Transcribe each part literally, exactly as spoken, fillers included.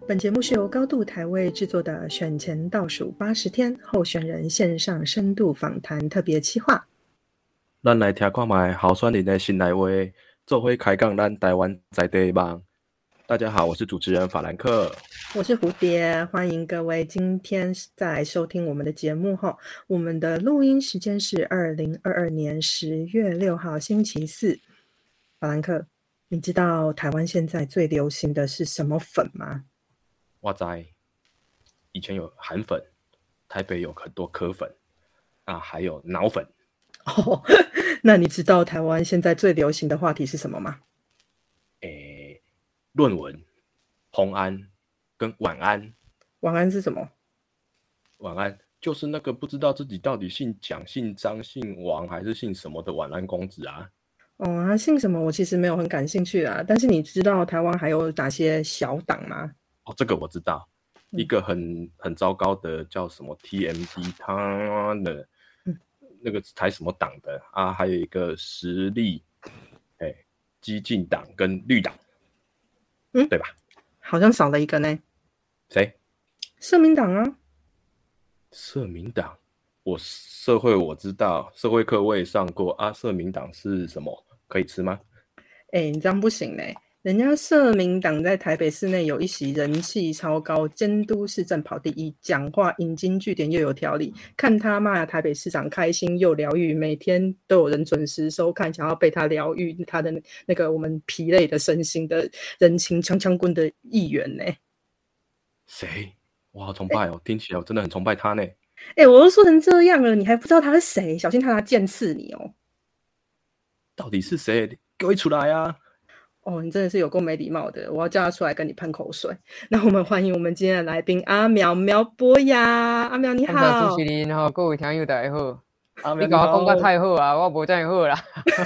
本节目是由高度台位制作的选前倒数八十天候选人线上深度访谈特别企划。 咱来听看卖候选人的心内话，做伙开讲咱台湾在地的梦。大家好，我是主持人法兰克， 我是蝴蝶，欢迎各位今天在收听我们的节目后，我们的录音时间是二零二二年十月六号星期四。法兰克，你知道台湾现在最流行的是什么粉吗？ 我知以前有韩粉，台北有很多科粉啊，还有脑粉。 哦，那你知道台湾现在最流行的话题是什么吗？ 诶，论文、红安跟晚安。 晚安是什么？ 晚安就是那个不知道自己到底姓蒋、姓张、姓王还是姓什么的晚安公子啊。 哦，他姓什么我其实没有很感兴趣啊，但是你知道台湾还有哪些小党吗？ 哦，这个我知道， 嗯、 一个很很糟糕的叫什么 T M D， 他的、嗯、那个才什么党的啊，还有一个时力，哎，激进党跟绿党，嗯，对吧？ 好像少了一个呢。 谁？ 社民党啊。 社民党，我社会我知道，社会课我也上过啊。社民党是什么？可以吃吗？ 哎、欸，你这样不行嘞！人家社民党在台北市内有一席人气超高，监督市政跑第一，讲话引经据典又有条理，看他骂台北市长开心又疗愈，每天都有人准时收看，想要被他疗愈他的那个我们疲累的身心的人情枪枪棍的议员呢。 谁？我好崇拜哦！欸、听起来我真的很崇拜他呢。 哎、欸，我都说成这样了，你还不知道他是谁？小心他拿剑刺你哦！ 到底是谁？给我出来啊！ 哦，你真的是有够没礼貌的，我要叫他出来跟你喷口水。那我们欢迎我们今天的来宾阿苗苗博雅。阿苗你好。 感谢主持人吼，各位听友大家好。 阿苗你甲我讲得太好啊，我无这样好啦。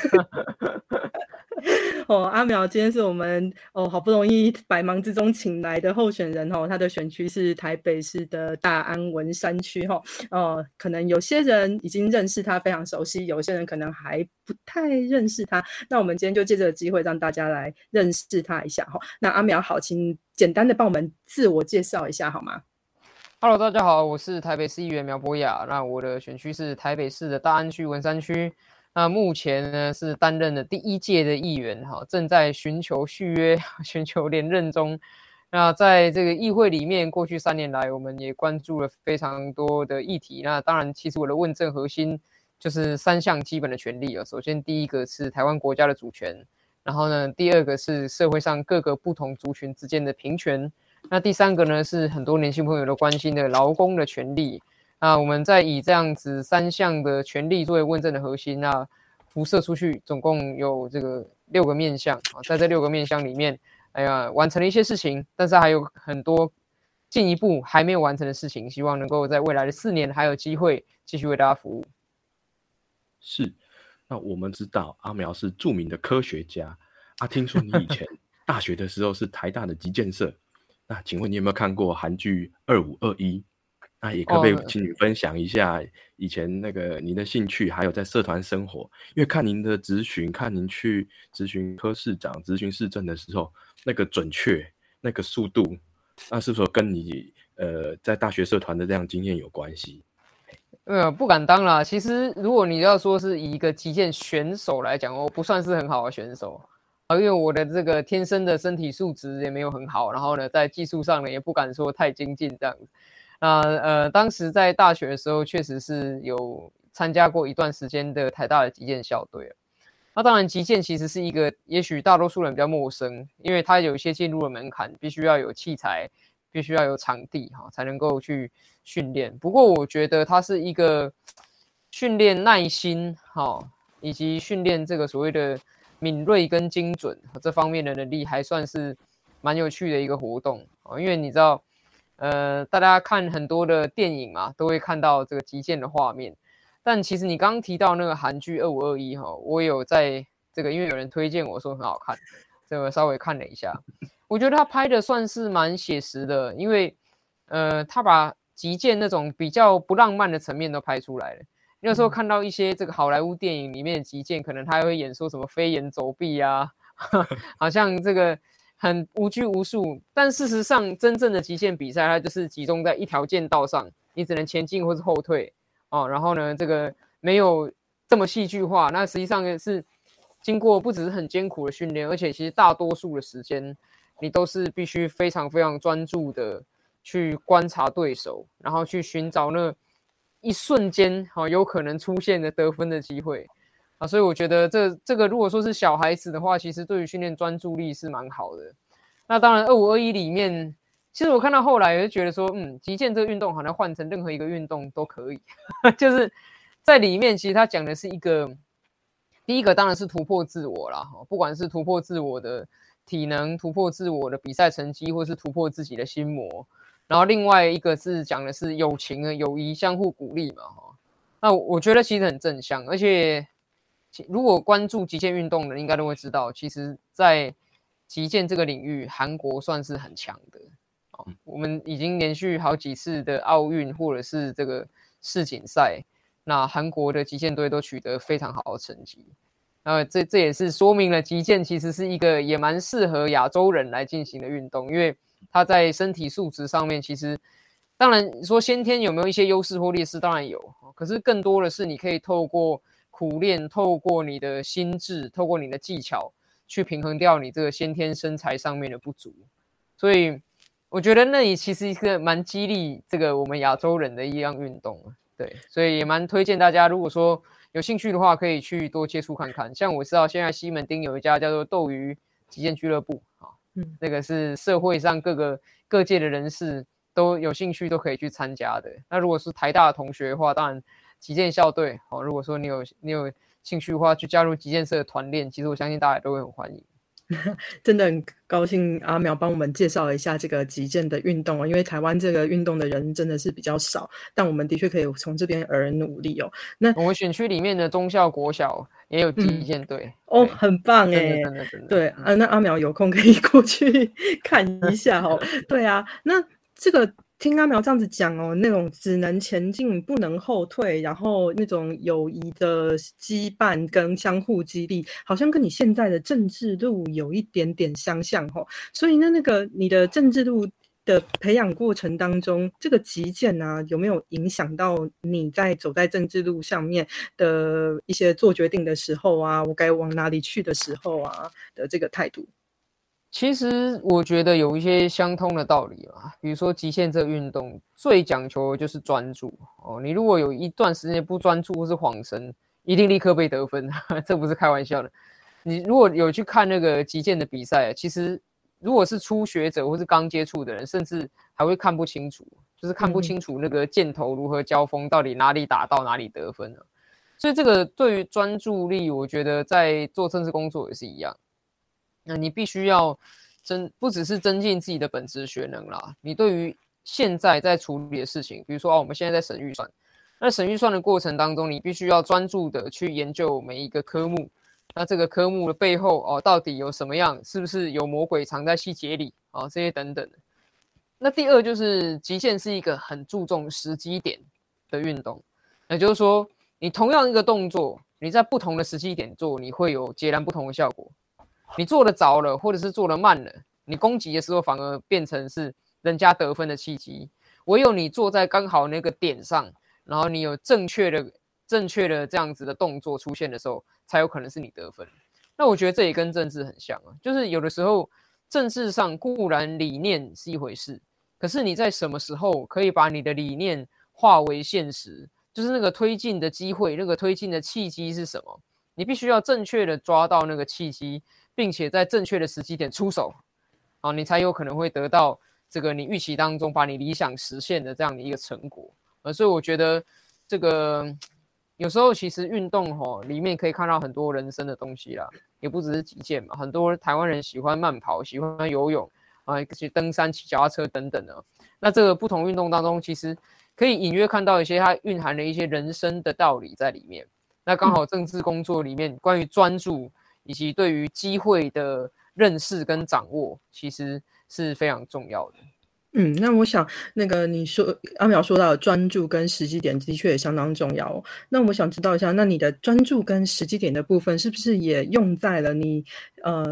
哦，阿苗今天是我们哦好不容易百忙之中请来的候选人哦，他的选区是台北市的大安文山区哈。哦，可能有些人已经认识他，非常熟悉；有些人可能还不太认识他。那我们今天就借这个机会让大家来认识他一下哈。那阿苗好，请简单的帮我们自我介绍一下好吗？ Hello， 大家好，我是台北市议员苗博雅。那我的选区是台北市的大安区文山区。那目前呢是担任了第一届的议员，哈，正在寻求续约、寻求连任中。那在这个议会里面，过去三年来，我们也关注了非常多的议题。那当然，其实我的问政核心就是三项基本的权利。首先，第一个是台湾国家的主权，然后呢，第二个是社会上各个不同族群之间的平权。那第三个呢，是很多年轻朋友都关心的劳工的权利。那我们再以这样子三项的权利作为问政的核心，那辐射出去，总共有这个六个面向啊，在这六个面向里面，哎呀，完成了一些事情，但是还有很多进一步还没有完成的事情，希望能够在未来的四年还有机会继续为大家服务。 是，那我们知道阿苗是著名的科学家啊，听说你以前大学的时候是台大的击剑社。那请问你有没有看过韩剧二五二一？那也可不可以请你分享一下以前那个您的兴趣，还有在社团生活？因为看您的质询，看您去质询科市长、质询市政的时候，那个准确、那个速度，那是不是跟你呃在大学社团的这样经验有关系？ 呃，不敢当啦。其实如果你要说是以一个击剑选手来讲，我不算是很好的选手。因为我的这个天生的身体素质也没有很好，然后呢，在技术上呢也不敢说太精进这样子。那呃，当时在大学的时候，确实是有参加过一段时间的台大的击剑校队。那当然，击剑其实是一个也许大多数人比较陌生，因为它有一些进入的门槛，必须要有器材，必须要有场地哈，才能够去训练。不过我觉得它是一个训练耐心哈，以及训练这个所谓的敏锐跟精准这方面的能力，还算是蛮有趣的一个活动。因为你知道呃，大家看很多的电影嘛，都会看到这个击剑的画面，但其实你刚刚提到那个韩剧二五二一，我有在这个因为有人推荐我说很好看，这个稍微看了一下，我觉得他拍的算是蛮写实的，因为呃，他把击剑那种比较不浪漫的层面都拍出来了。有时候看到一些这个好莱坞电影里面的击剑，可能他会演说什么飞檐走壁啊，好像这个很无拘无束，但事实上真正的极限比赛它就是集中在一条剑道上，你只能前进或是后退哦。然后呢，这个没有这么戏剧化，那实际上是经过不只是很艰苦的训练，而且其实大多数的时间你都是必须非常非常专注的去观察对手，然后去寻找那一瞬间、哦、有可能出现的得分的机会啊。所以我觉得这这个如果说是小孩子的话，其实对于训练专注力是蛮好的。那当然二五二一里面，其实我看到后来就觉得说，嗯，击剑这个运动好像换成任何一个运动都可以，就是在里面其实他讲的是一个，第一个当然是突破自我啦，不管是突破自我的体能，突破自我的比赛成绩，或是突破自己的心魔。然后另外一个是讲的是友情啊、友谊，相互鼓励嘛。那我觉得其实很正向，而且如果关注击剑运动的，应该都会知道，其实在击剑这个领域，韩国算是很强的。哦，我们已经连续好几次的奥运或者是这个世锦赛，那韩国的击剑队都取得非常好的成绩。那这这也是说明了击剑其实是一个也蛮适合亚洲人来进行的运动，因为它在身体素质上面，其实当然说先天有没有一些优势或劣势，当然有，可是更多的是你可以透过苦练，透过你的心智，透过你的技巧去平衡掉你这个先天身材上面的不足。所以我觉得那里其实一个蛮激励这个我们亚洲人的一样运动，对，所以也蛮推荐大家，如果说有兴趣的话，可以去多接触看看。像我知道现在西门町有一家叫做斗鱼击剑俱乐部啊，嗯，那个是社会上各个各界的人士都有兴趣都可以去参加的。那如果是台大的同学的话，当然击剑校队，哦，如果说你有你有兴趣的话，去加入击剑社的团练，其实我相信大家都会很欢迎。 真的很高兴阿苗帮我们介绍一下这个击剑的运动哦，因为台湾这个运动的人真的是比较少，但我们的确可以从这边而努力哦。那我们选区里面的中校国小也有击剑队、 嗯、哦，很棒耶， 真的真的真的。 对啊，那阿苗有空可以过去看一下哦。对啊，那这个听阿苗这样子讲哦，那种只能前进不能后退，然后那种友谊的羁绊跟相互激励，好像跟你现在的政治路有一点点相像哦。所以呢，那个你的政治路的培养过程当中，这个击剑啊，有没有影响到你在走在政治路上面的一些做决定的时候啊，我该往哪里去的时候啊的这个态度？ 其实我觉得有一些相通的道理嘛，比如说击剑这个运动最讲求的就是专注哦。你如果有一段时间不专注或是晃神，一定立刻被得分，这不是开玩笑的。你如果有去看那个击剑的比赛，其实如果是初学者或是刚接触的人，甚至还会看不清楚，就是看不清楚那个箭头如何交锋，到底哪里打到哪里得分啊。所以这个对于专注力，我觉得在做政治工作也是一样。那你必须要增，不只是增进自己的本职学能啦，你对于现在在处理的事情，比如说、哦、我们现在在审预算，那审预算的过程当中，你必须要专注的去研究每一个科目，那这个科目的背后哦，到底有什么样，是不是有魔鬼藏在细节里啊、哦，这些等等的。那第二就是击剑是一个很注重时机点的运动，也就是说，你同样一个动作，你在不同的时机点做，你会有截然不同的效果。你做的早了，或者是做的慢了，你攻击的时候反而变成是人家得分的契机。唯有你坐在刚好那个点上，然后你有正确的、正确的这样子的动作出现的时候，才有可能是你得分。那我觉得这也跟政治很像啊，就是有的时候政治上固然理念是一回事，可是你在什么时候可以把你的理念化为现实，就是那个推进的机会，那个推进的契机是什么？你必须要正确的抓到那个契机，并且在正确的时机点出手，啊，你才有可能会得到这个你预期当中把你理想实现的这样的一个成果。呃，所以我觉得这个有时候其实运动吼里面可以看到很多人生的东西啦，也不只是击剑嘛，很多台湾人喜欢慢跑，喜欢游泳啊，去登山、骑脚踏车等等的。那这个不同运动当中，其实可以隐约看到一些它蕴含了一些人生的道理在里面。那刚好政治工作里面关于专注以及对于机会的认识跟掌握，其实是非常重要的。 嗯，那我想那个你说阿苗说到的专注跟时机点的确也相当重要哦。那我想知道一下，那你的专注跟时机点的部分是不是也用在了你呃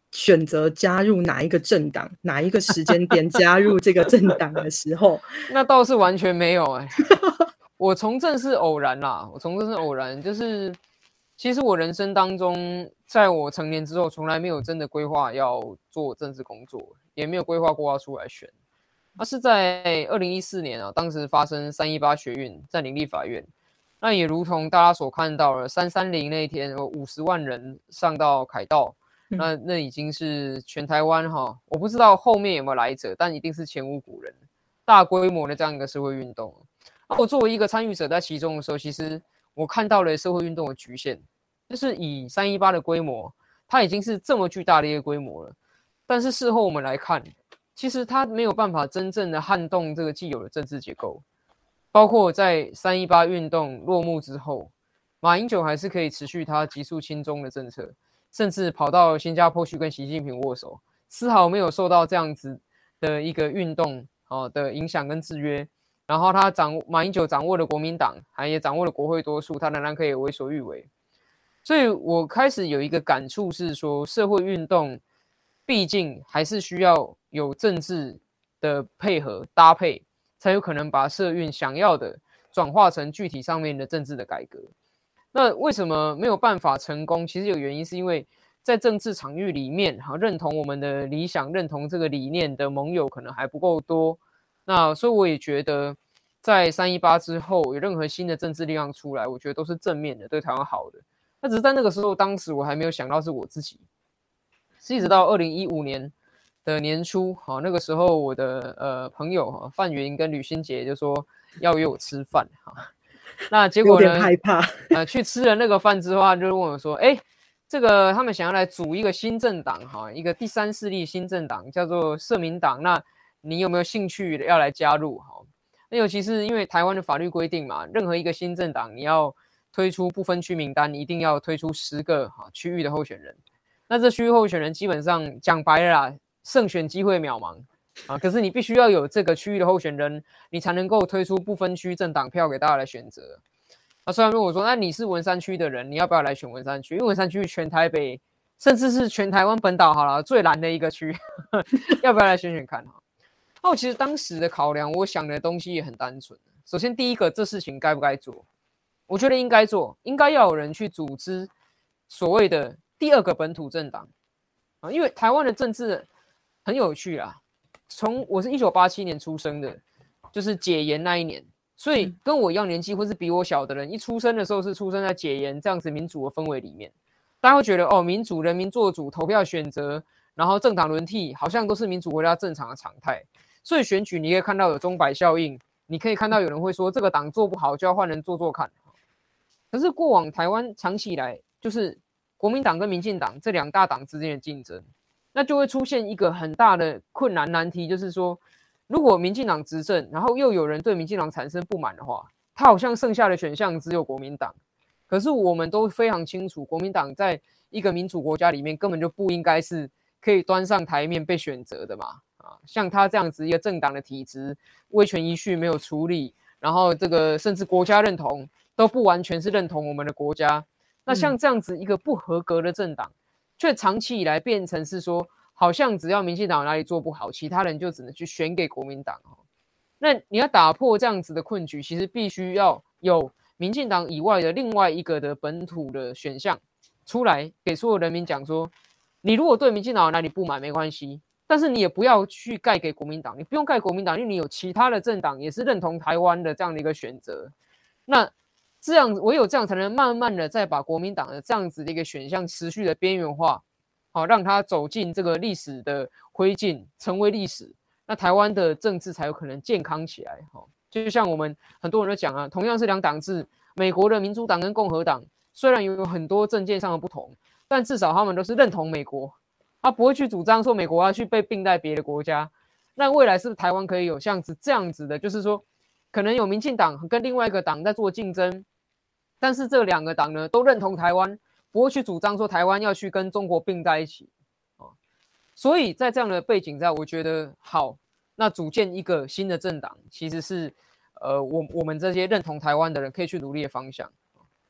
选择加入哪一个政党，哪一个时间点加入这个政党的时候？ 那倒是完全没有哎、欸。我从政是偶然啦，我从政是偶然，就是其实我人生当中，在我成年之后，从来没有真的规划要做政治工作，也没有规划过要出来选。那是在二零一四年啊，当时发生三一八学运，在林立法院，那也如同大家所看到了，三三零那一天有五十万人上到凯道，那那已经是全台湾哈，我不知道后面有没有来者，但一定是前无古人，大规模的这样一个社会运动。我作为一个参与者在其中的时候，其实我看到了社会运动的局限，就是以三一八的规模，它已经是这么巨大的一个规模了，但是事后我们来看，其实它没有办法真正的撼动这个既有的政治结构，包括在三一八运动落幕之后，马英九还是可以持续他急速亲中的政策，甚至跑到新加坡去跟习近平握手，丝毫没有受到这样子的一个运动、哦、的影响跟制约。然后他掌马英九掌握了国民党，还也掌握了国会多数，他仍然可以为所欲为。所以我开始有一个感触是说，社会运动毕竟还是需要有政治的配合搭配，才有可能把社运想要的转化成具体上面的政治的改革。那为什么没有办法成功？其实有原因，是因为在政治场域里面，认同我们的理想、认同这个理念的盟友可能还不够多。那所以我也觉得，在三一八之后，有任何新的政治力量出来，我觉得都是正面的，对台湾好的。那只是在那个时候，当时我还没有想到是我自己，是一直到二零一五年的年初，好，那个时候我的呃朋友范云跟吕新杰就说要约我吃饭，哈，那结果呢， 有点害怕， 呃，去吃了那个饭之后，他就问我说，哎，这个他们想要来组一个新政党，哈，一个第三势力新政党，叫做社民党，那你有没有兴趣要来加入？哈，那尤其是因为台湾的法律规定嘛，任何一个新政党你要推出不分区名单，一定要推出十个哈区域的候选人。那这区域候选人基本上讲白了啦，胜选机会渺茫啊。可是你必须要有这个区域的候选人，你才能够推出不分区政党票给大家来选择。那虽然问我说，那你是文山区的人，你要不要来选文山区？因为文山区全台北，甚至是全台湾本岛好了最蓝的一个区，要不要来选选看？那我其实当时的考量，我想的东西也很单纯。首先，第一个，这事情该不该做？我觉得应该做，应该要有人去组织所谓的第二个本土政党啊，因为台湾的政治很有趣啦。从我是一九八七年出生的，就是解严那一年，所以跟我一样年纪或是比我小的人，一出生的时候是出生在解严这样子民主的氛围里面，大家会觉得哦，民主人民做主，投票选择，然后政党轮替，好像都是民主国家正常的常态。所以选举你可以看到有钟摆效应，你可以看到有人会说这个党做不好就要换人做做看。可是过往台湾长期以来就是国民党跟民进党这两大党之间的竞争，那就会出现一个很大的困难难题，就是说如果民进党执政，然后又有人对民进党产生不满的话，他好像剩下的选项只有国民党。可是我们都非常清楚，国民党在一个民主国家里面根本就不应该是可以端上台面被选择的嘛。啊，像他这样子一个政党的体制，威权遗绪没有处理，然后这个甚至国家认同都不完全是认同我们的国家。那像这样子一个不合格的政党，却长期以来变成是说，好像只要民进党哪里做不好，其他人就只能去选给国民党。那你要打破这样子的困局，其实必须要有民进党以外的另外一个的本土的选项出来，给所有人民讲说，你如果对民进党哪里不满没关系，但是你也不要去盖给国民党，你不用盖国民党，因为你有其他的政党也是认同台湾的这样的一个选择。那这样唯有这样才能慢慢的再把国民党的这样子的一个选项持续的边缘化，好，让它走进这个历史的灰烬，成为历史。那台湾的政治才有可能健康起来。就像我们很多人都讲啊，同样是两党制，美国的民主党跟共和党虽然有很多政见上的不同，但至少他们都是认同美国，他不会去主张说美国要去被并在别的国家。那未来是不是台湾可以有像是这样子的，就是说可能有民进党跟另外一个党在做竞争，但是这两个党呢都认同台湾，不会去主张说台湾要去跟中国并在一起。所以在这样的背景下，我觉得好，那组建一个新的政党其实是呃我我们这些认同台湾的人可以去努力的方向。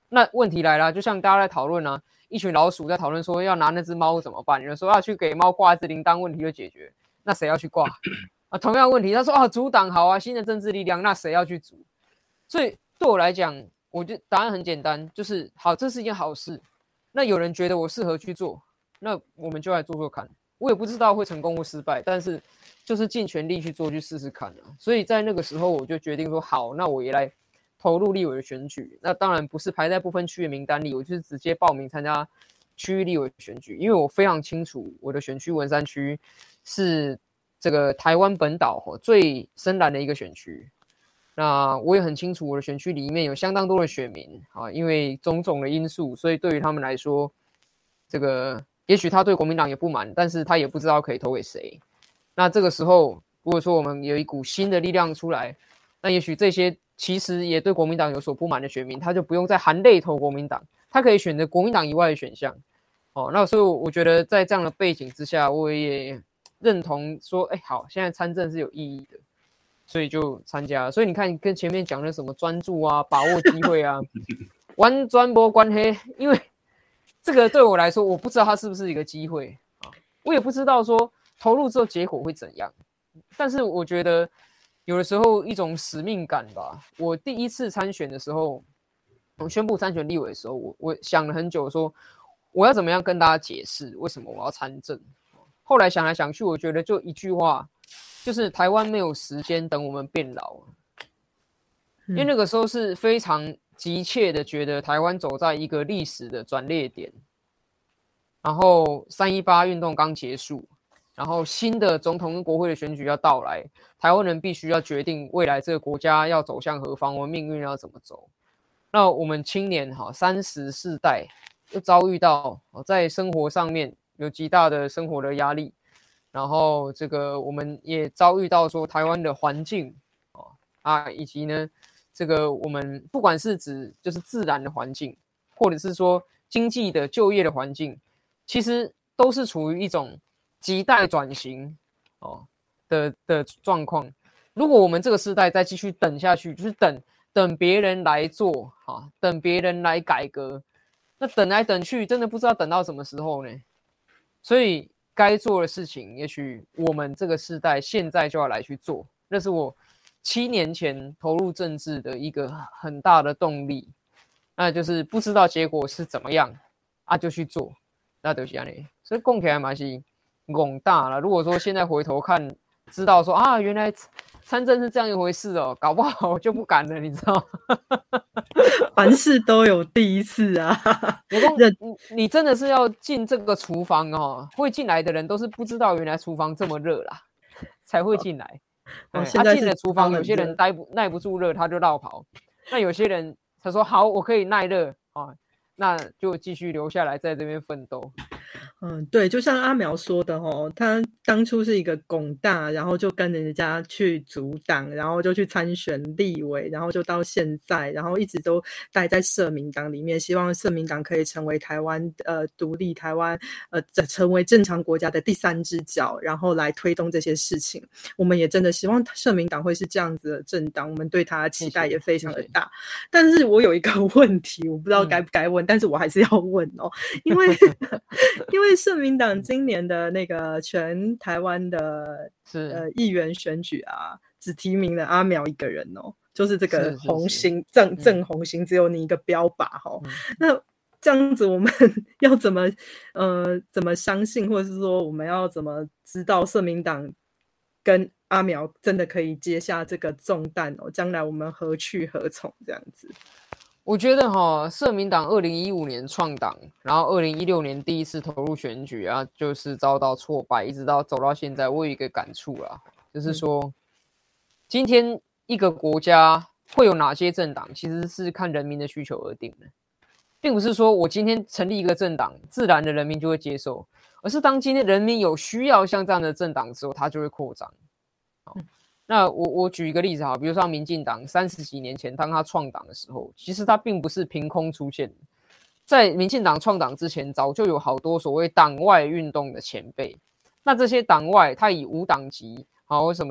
那问题来了，就像大家在讨论啊，一群老鼠在讨论说要拿那只猫怎么办？有人说要去给猫挂一只铃铛，问题就解决。那谁要去挂啊？同样的问题，他说啊，组党好啊，新的政治力量，那谁要去组？所以对我来讲，我觉得答案很简单，就是好，这是一件好事。那有人觉得我适合去做，那我们就来做做看。我也不知道会成功或失败，但是就是尽全力去做，去试试看啊。所以在那个时候，我就决定说，好，那我也来投入立委的选举。那当然不是排在不分区的名单里，我就是直接报名参加区域立委选举，因为我非常清楚我的选区文山区是这个台湾本岛最深蓝的一个选区。那我也很清楚我的选区里面有相当多的选民啊，因为种种的因素，所以对于他们来说，这个也许他对国民党也不满，但是他也不知道可以投给谁。那这个时候，如果说我们有一股新的力量出来，那也许这些其实也对国民党有所不满的选民，他就不用再含泪投国民党，他可以选择国民党以外的选项。哦，那所以我觉得在这样的背景之下，我也认同说，哎，好，现在参政是有意义的。所以就参加了。所以你看，跟前面讲的什么专注啊、把握机会啊、玩专播关黑，因为这个对我来说，我不知道它是不是一个机会啊，我也不知道说投入之后结果会怎样。但是我觉得有的时候一种使命感吧。我第一次参选的时候，我宣布参选立委的时候，我我想了很久说，我要怎么样跟大家解释为什么我要参政。后来想来想去，我觉得就一句话。就是台湾没有时间等我们变老，因为那个时候是非常急切的觉得台湾走在一个历史的转捩点，然后三一八运动刚结束，然后新的总统跟国会的选举要到来，台湾人必须要决定未来这个国家要走向何方，我们命运要怎么走。那我们青年哈三十世代又遭遇到在生活上面有极大的生活的压力。然后这个我们也遭遇到说台湾的环境哦啊，以及呢这个我们不管是指就是自然的环境，或者是说经济的就业的环境，其实都是处于一种亟待转型哦的的状况。如果我们这个世代再继续等下去，就是等等别人来做啊，等别人来改革，那等来等去，真的不知道等到什么时候呢？所以。该做的事情，也许我们这个世代现在就要来去做，那是我七年前投入政治的一个很大的动力。那就是不知道结果是怎么样啊，就去做，那就是这样。所以讲起来嘛是广大了。如果说现在回头看，知道说啊，原来参政是这样一回事哦，搞不好我就不敢了，你知道？ 凡事都有第一次啊！ 你你真的是要进这个厨房哦，会进来的人都是不知道原来厨房这么热啦，才会进来。 哦， 他进了厨房，有些人待不耐不住热，他就绕跑；那有些人他说好，我可以耐热啊，那就继续留下来在这边奋斗。 嗯，对，就像阿苗说的哦，他当初是一个拱大，然后就跟人家去组党，然后就去参选立委，然后就到现在，然后一直都待在社民党里面，希望社民党可以成为台湾呃独立台湾呃成为正常国家的第三只脚，然后来推动这些事情。我们也真的希望社民党会是这样子的政党，我们对他的期待也非常的大。谢谢。但是我有一个问题，我不知道该不该问，嗯、但是我还是要问哦，因为因为社民党今年的那个全台湾的呃议员选举啊，只提名了阿苗一个人哦，就是这个红星正正红星，只有你一个标靶哦。嗯、那这样子我们要怎么呃怎么相信，或者是说我们要怎么知道社民党跟阿苗真的可以接下这个重担哦？将来我们何去何从这样子？ 我觉得哈，社民党二零一五年创党，然后二零一六年第一次投入选举啊，就是遭到挫败，一直到走到现在，我有一个感触啦，就是说，嗯、今天一个国家会有哪些政党，其实是看人民的需求而定的，并不是说我今天成立一个政党，自然的人民就会接受，而是当今天人民有需要像这样的政党的时候，它就会扩张。嗯那我我举一个例子哈，比如说民进党三十几年前当他创党的时候，其实他并不是凭空出现的，在民进党创党之前，早就有好多所谓党外运动的前辈。那这些党外，他以无党籍啊，或什么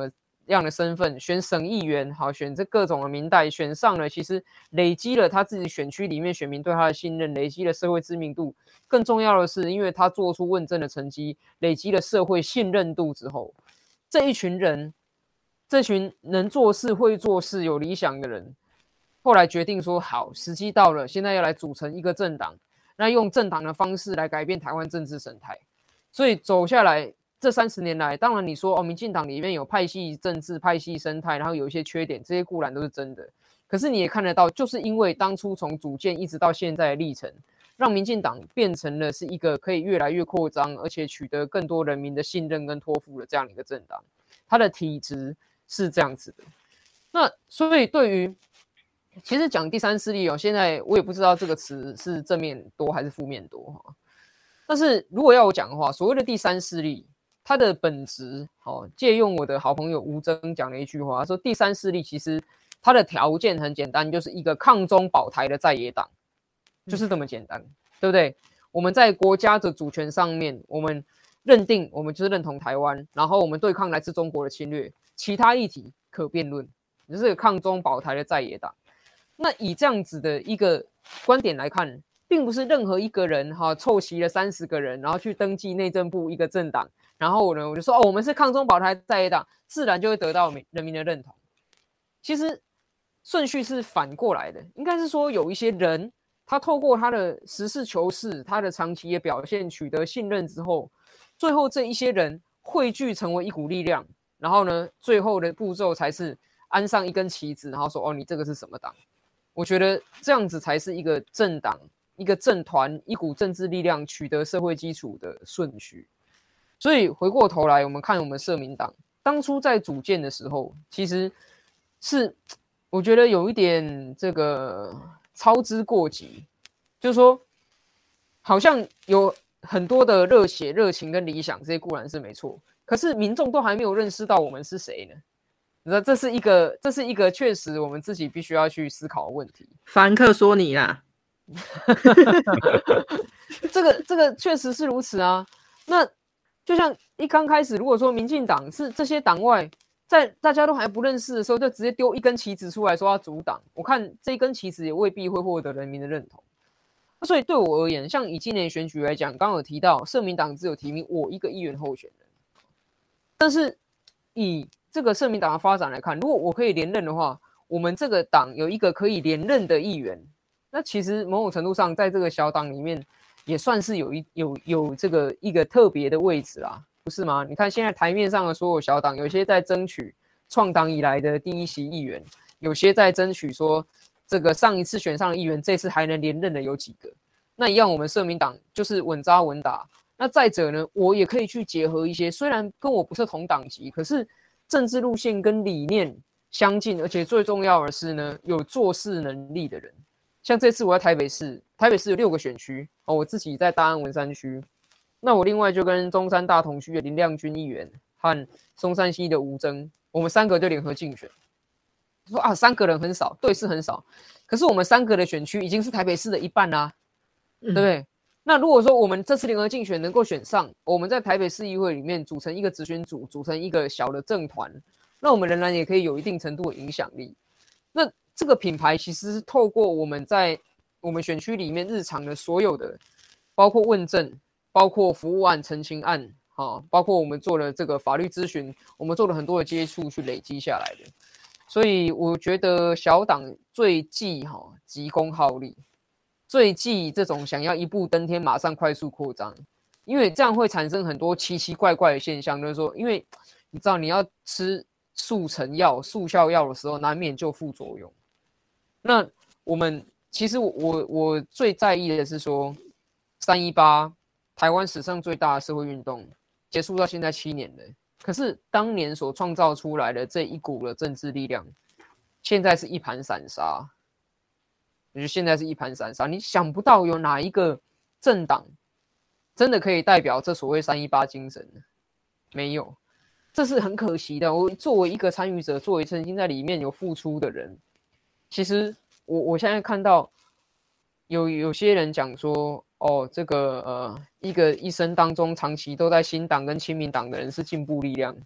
样的身份，选省议员，好，选这各种的民代，选上了，其实累积了他自己选区里面选民对他的信任，累积了社会知名度。更重要的是，因为他做出问政的成绩，累积了社会信任度之后，这一群人，这群能做事、会做事、有理想的人，后来决定说，好，时机到了，现在要来组成一个政党，那用政党的方式来改变台湾政治生态。所以走下来这三十年来，当然你说哦，民进党里面有派系政治、派系生态，然后有一些缺点，这些固然都是真的。可是你也看得到，就是因为当初从组建一直到现在的历程，让民进党变成了是一个可以越来越扩张，而且取得更多人民的信任跟托付的这样的一个政党。它的体质是这样子的。那所以对于其实讲第三势力哦，现在我也不知道这个词是正面多还是负面多哈。但是如果要我讲的话，所谓的第三势力，它的本质，哦，借用我的好朋友吴峥讲了一句话，他说第三势力其实它的条件很简单，就是一个抗中保台的在野党，就是这么简单，对不对？我们在国家的主权上面，我们认定我们就是认同台湾，然后我们对抗来自中国的侵略，其他议题可辩论，就是抗中保台的在野党。那以这样子的一个观点来看，并不是任何一个人哈凑齐了三十个人，然后去登记内政部一个政党，然后呢我就说哦，我们是抗中保台在野党，自然就会得到人民的认同。其实顺序是反过来的，应该是说有一些人，他透过他的实事求是，他的长期的表现取得信任之后，最后这一些人汇聚成为一股力量，然后呢，最后的步骤才是安上一根旗子，然后说哦，你这个是什么党？我觉得这样子才是一个政党、一个政团、一股政治力量取得社会基础的顺序。所以回过头来，我们看我们社民党当初在组建的时候，其实是我觉得有一点这个操之过急，就是说好像有很多的热血、热情跟理想，这些固然是没错，可是民众都还没有认识到我们是谁呢？那这是一个，这是一个确实我们自己必须要去思考的问题。 凡客说你啦， 这个这个确实是如此啊。那就像一刚开始，如果说民进党是这些党外，在大家都还不认识的时候，就直接丢一根旗子出来说要组党，我看这一根旗子也未必会获得人民的认同。所以对我而言，像以今年选举来讲，刚刚有提到社民党只有提名我一个议员候选人，但是以这个社民党的发展来看，如果我可以连任的话，我们这个党有一个可以连任的议员，那其实某种程度上，在这个小党里面也算是有一有有这个一个特别的位置啦，不是吗？你看现在台面上的所有小党，有些在争取创党以来的第一席议员，有些在争取说这个上一次选上的议员，这次还能连任的有几个？那一样，我们社民党就是稳扎稳打。那再者呢，我也可以去结合一些虽然跟我不是同党籍，可是政治路线跟理念相近，而且最重要的是呢，有做事能力的人。像这次我在台北市，台北市有六个选区哦，我自己在大安文山区，那我另外就跟中山大同区的林亮君议员和松山西的吴峥，我们三个就联合竞选。说啊，三个人很少，对，是很少，可是我们三个的选区已经是台北市的一半啦、啊嗯，对不对？那如果说我们这次联合竞选能够选上，我们在台北市议会里面组成一个直选组，组成一个小的政团，那我们仍然也可以有一定程度的影响力。那这个品牌其实是透过我们在我们选区里面日常的所有的，包括问政，包括服务案、陈情案，哦，包括我们做了这个法律咨询，我们做了很多的接触去累积下来的。所以我觉得小党最忌哈、哦、急功好利。最忌这种想要一步登天，马上快速扩张，因为这样会产生很多奇奇怪怪的现象。就是说，因为你知道你要吃速成药、速效药的时候，难免就副作用。那我们其实我我我最在意的是说，三一八台湾史上最大的社会运动结束到现在七年了，可是当年所创造出来的这一股的政治力量，现在是一盘散沙。我觉得现在是一盘散沙，你想不到有哪一个政党真的可以代表这所谓三一八精神，没有，这是很可惜的。我作为一个参与者，作为曾经在里面有付出的人，其实我我现在看到有有些人讲说，哦，这个呃，一个一生当中长期都在新党跟亲民党的人是进步力量，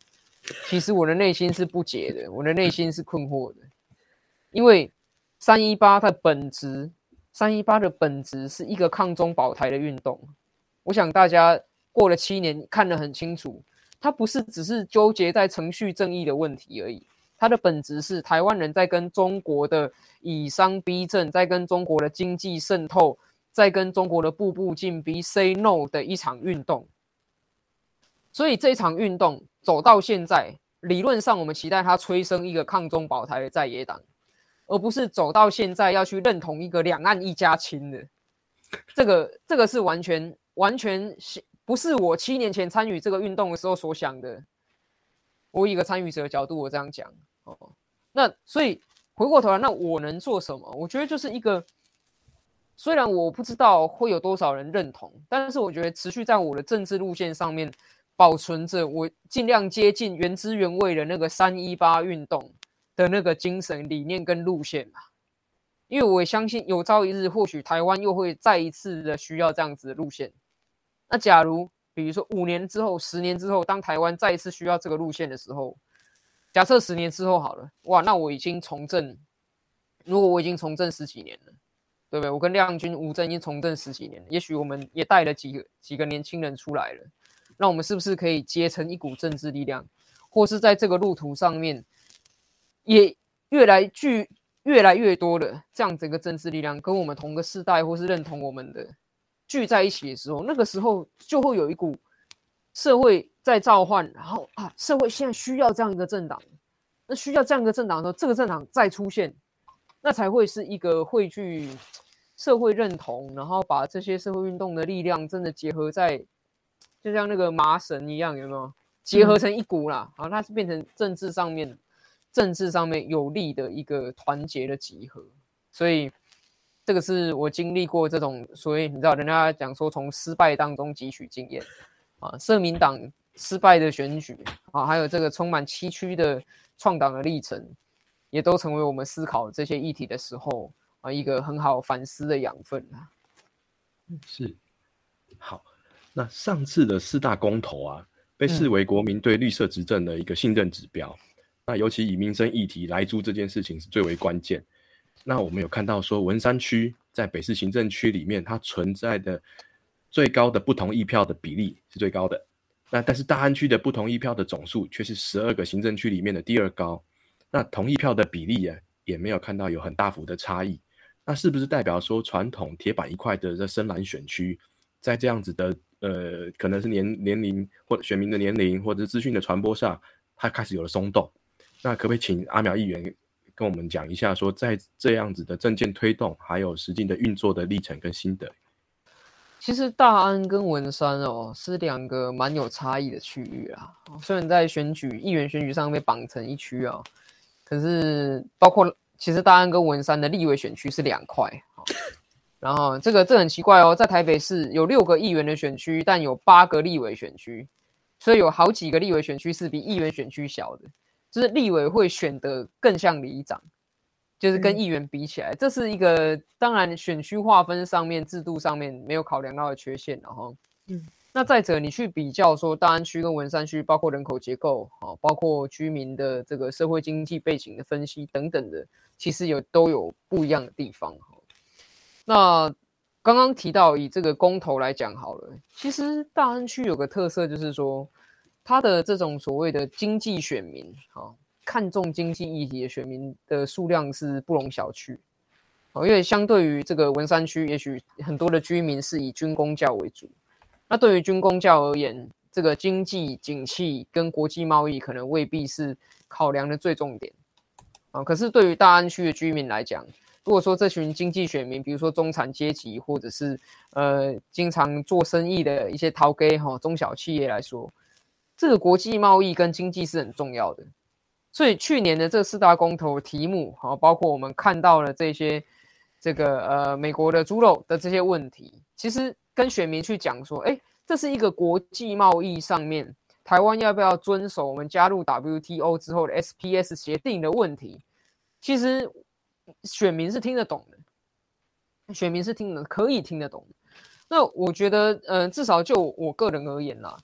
其实我的内心是不解的，我的内心是困惑的，因为三一八的本质，三一八的本质是一个抗中保台的运动。我想大家过了七年看得很清楚，它不是只是纠结在程序正义的问题而已，它的本质是台湾人在跟中国的以商逼政，在跟中国的经济渗透，在跟中国的步步进逼 say no 的一场运动。所以这一场运动走到现在，理论上我们期待它催生一个抗中保台的在野党，而不是走到现在要去认同一个两岸一家亲的。这个这个是完全完全不是我七年前参与这个运动的时候所想的。我以一个参与者的角度，我这样讲哦。那所以回过头来，那我能做什么？我觉得就是一个，虽然我不知道会有多少人认同，但是我觉得持续在我的政治路线上面保存着我尽量接近原汁原味的那个三一八运动的那个精神理念跟路线嘛。因为我也相信有朝一日或许台湾又会再一次的需要这样子的路线。那假如比如说五年之后十年之后，当台湾再一次需要这个路线的时候，假设十年之后好了，哇，那我已经从政，如果我已经从政十几年了，对不对？我跟亮君吴峥已经从政十几年了，也许我们也带了几个几个年轻人出来了，那我们是不是可以结成一股政治力量，或是在这个路途上面也越来聚越来越多的这样整个政治力量跟我们同个世代或是认同我们的聚在一起的时候，那个时候就会有一股社会在召唤，然后啊，社会现在需要这样一个政党，那需要这样一个政党的时候，这个政党再出现，那才会是一个汇聚社会认同，然后把这些社会运动的力量真的结合在，就像那个麻绳一样，有没有结合成一股啦？好、嗯，它是变成政治上面政治上面有力的一个团结的集合，所以这个是我经历过这种，所以你知道人家讲说从失败当中汲取经验啊，社民党失败的选举啊，还有这个充满崎岖的创党的历程，也都成为我们思考这些议题的时候啊一个很好反思的养分啊。 是，好，那上次的四大公投啊，被视为国民对绿色执政的一个信任指标。嗯，那尤其以民生议题来租这件事情是最为关键。那我们有看到说文山区在北市行政区里面，它存在的最高的不同意票的比例是最高的。那但是大安区的不同意票的总数却是十二个行政区里面的第二高。那同意票的比例啊，也没有看到有很大幅的差异。那是不是代表说传统铁板一块的这深蓝选区，在这样子的呃，可能是年年龄或者选民的年龄或者资讯的传播上，它开始有了松动？那可不可以请阿苗议员跟我们讲一下，说在这样子的政见推动，还有实际的运作的历程跟心得？ 其实大安跟文山哦，是两个蛮有差异的区域啊。虽然在选举议员选举上被绑成一区啊，可是包括其实大安跟文山的立委选区是两块。然后这个这很奇怪哦，在台北市有六个议员的选区，但有八个立委选区，所以有好几个立委选区是比议员选区小的。就是立委会选得更像里长，就是跟议员比起来，嗯，这是一个当然选区划分上面制度上面没有考量到的缺陷，然后，嗯，那再者你去比较说大安区跟文山区，包括人口结构，包括居民的这个社会经济背景的分析等等的，其实有都有不一样的地方。那刚刚提到以这个公投来讲好了，其实大安区有个特色就是说，他的这种所谓的经济选民，哦，看重经济议题的选民的数量是不容小觑，哦，因为相对于这个文山区，也许很多的居民是以军公教为主，那对于军公教而言，这个经济景气跟国际贸易可能未必是考量的最重点，哦，可是对于大安区的居民来讲，如果说这群经济选民，比如说中产阶级，或者是呃经常做生意的一些头家，哦，中小企业来说，这个国际贸易跟经济是很重要的，所以去年的这四大公投题目，包括我们看到了这些这个呃美国的猪肉的这些问题，其实跟选民去讲说，哎，这是一个国际贸易上面台湾要不要遵守我们加入 W T O 之后的 S P S 协定的问题，其实选民是听得懂的，选民是听得可以听得懂的。那我觉得，呃，至少就我个人而言啦。我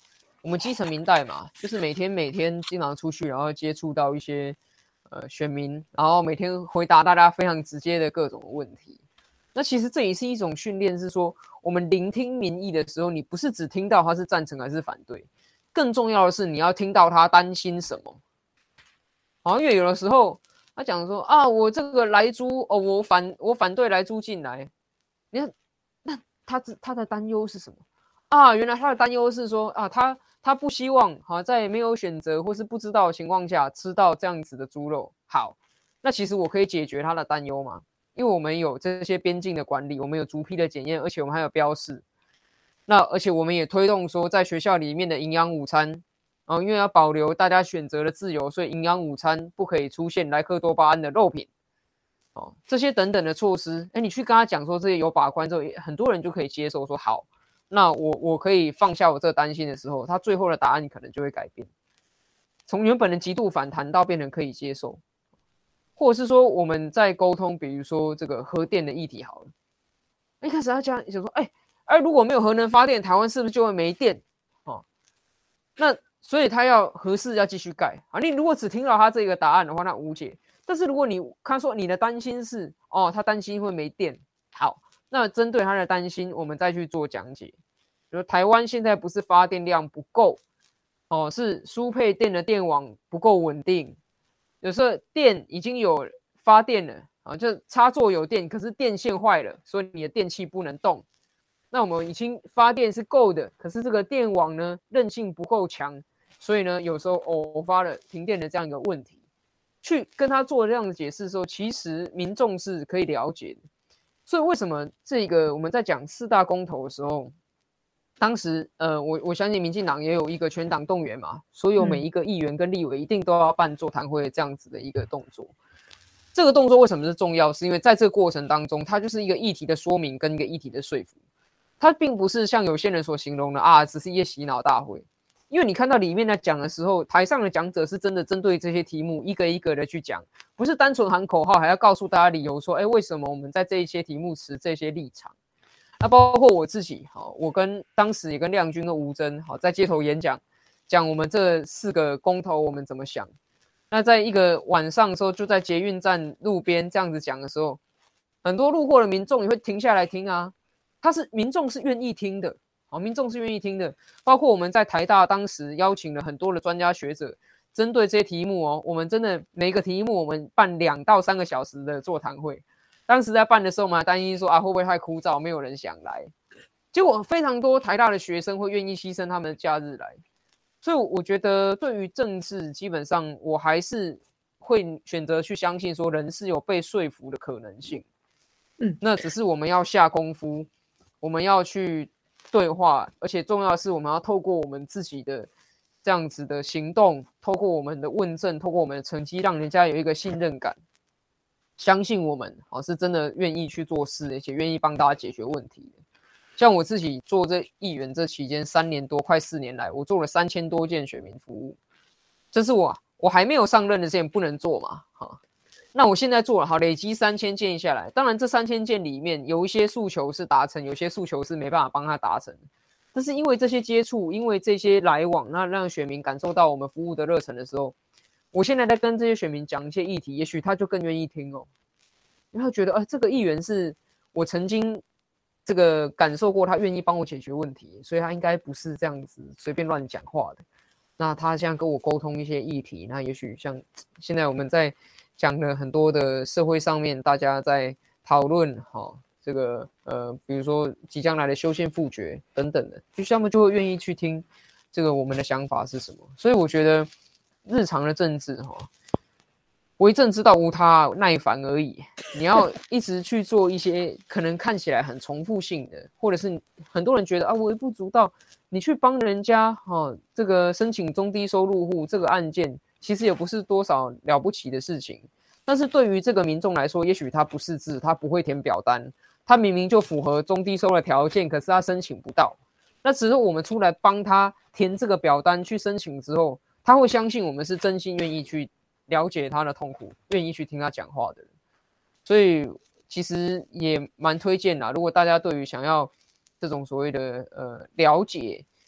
我们基层民代嘛，就是每天每天经常出去，然后接触到一些呃选民，然后每天回答大家非常直接的各种问题。那其实这也是一种训练，是说我们聆听民意的时候，你不是只听到他是赞成还是反对，更重要的是你要听到他担心什么。好，因为有的时候他讲说啊，我这个莱猪哦，我反我反对莱猪进来，你看那他他的担忧是什么啊？原来他的担忧是说啊，他他不希望好在没有选择或是不知道的情况下吃到这样子的猪肉。好，那其实我可以解决他的担忧嘛？因为我们有这些边境的管理，我们有逐批的检验，而且我们还有标示。那而且我们也推动说，在学校里面的营养午餐，哦，因为要保留大家选择的自由，所以营养午餐不可以出现莱克多巴胺的肉品。哦，这些等等的措施，哎，你去跟他讲说这些有把关之后，很多人就可以接受说好，那我我可以放下我这个担心的时候，他最后的答案可能就会改变，从原本的极度反弹到变成可以接受。或者是说我们在沟通，比如说这个核电的议题好了，一开始他讲想说，哎、欸、哎、欸，如果没有核能发电，台湾是不是就会没电？哦，那所以他要核四要继续盖啊。你如果只听到他这个答案的话，那无解。但是如果你他说你的担心是哦，他担心会没电，好，那针对他的担心，我们再去做讲解。比如台湾现在不是发电量不够，哦，是输配电的电网不够稳定。有时候电已经有发电了啊，就插座有电，可是电线坏了，所以你的电器不能动。那我们已经发电是够的，可是这个电网呢韧性不够强，所以呢有时候偶发了停电的这样一个问题。去跟他做这样的解释的时候，其实民众是可以了解的。所以为什么这个我们在讲四大公投的时候，当时呃，我我相信民进党也有一个全党动员嘛，所有每一个议员跟立委一定都要办座谈会这样子的一个动作。这个动作为什么是重要？是因为在这个过程当中，它就是一个议题的说明跟一个议题的说服，它并不是像有些人所形容的啊，只是一个洗脑大会。因为你看到里面在讲的时候，台上的讲者是真的针对这些题目一个一个的去讲，不是单纯喊口号，还要告诉大家理由说，哎，为什么我们在这一些题目持这些立场。那包括我自己，我跟当时也跟亮君跟吴峥在街头演讲，讲我们这四个公投我们怎么想。那在一个晚上的时候，就在捷运站路边这样子讲的时候，很多路过的民众也会停下来听啊。他是民众是愿意听的，民众是愿意听的。包括我们在台大当时邀请了很多的专家学者，针对这些题目哦，我们真的每个题目我们办两到三个小时的座谈会。当时在办的时候，我们还担心说啊，会不会太枯燥，没有人想来。结果非常多台大的学生会愿意牺牲他们的假日来。所以我觉得对于政治，基本上我还是会选择去相信说人是有被说服的可能性。嗯，那只是我们要下功夫，我们要去对话，而且重要的是我们要透过我们自己的这样子的行动，透过我们的问政，透过我们的成绩，让人家有一个信任感。相信我们、哦、是真的愿意去做事，而且愿意帮大家解决问题的。像我自己做这议员这期间三年多，快四年来，我做了三千多件选民服务，这是我我还没有上任的之前不能做嘛、哦、那我现在做了，好，累积三千件下来，当然这三千件里面有一些诉求是达成，有些诉求是没办法帮他达成，但是因为这些接触，因为这些来往，那让选民感受到我们服务的热忱的时候，我现在在跟这些选民讲一些议题，也许他就更愿意听哦，因为他觉得，啊，这个议员是我曾经这个感受过，他愿意帮我解决问题，所以他应该不是这样子随便乱讲话的。那他现在跟我沟通一些议题，那也许像现在我们在讲的很多的社会上面，大家在讨论，哈，这个呃，比如说即将来的修宪复决等等的，就他们就会愿意去听这个我们的想法是什么。所以我觉得。日常的政治为政之道无他，耐烦而已。你要一直去做一些可能看起来很重复性的，或者是很多人觉得啊微不足道，你去帮人家、哦、这个申请中低收入户这个案件，其实也不是多少了不起的事情。但是对于这个民众来说，也许他不识字，他不会填表单，他明明就符合中低收入的条件，可是他申请不到。那只是我们出来帮他填这个表单去申请之后，他会相信我们是真心愿意去了解他的痛苦，愿意去听他讲话的人。所以其实也蛮推荐啦，如果大家对于想要这种所谓的呃了解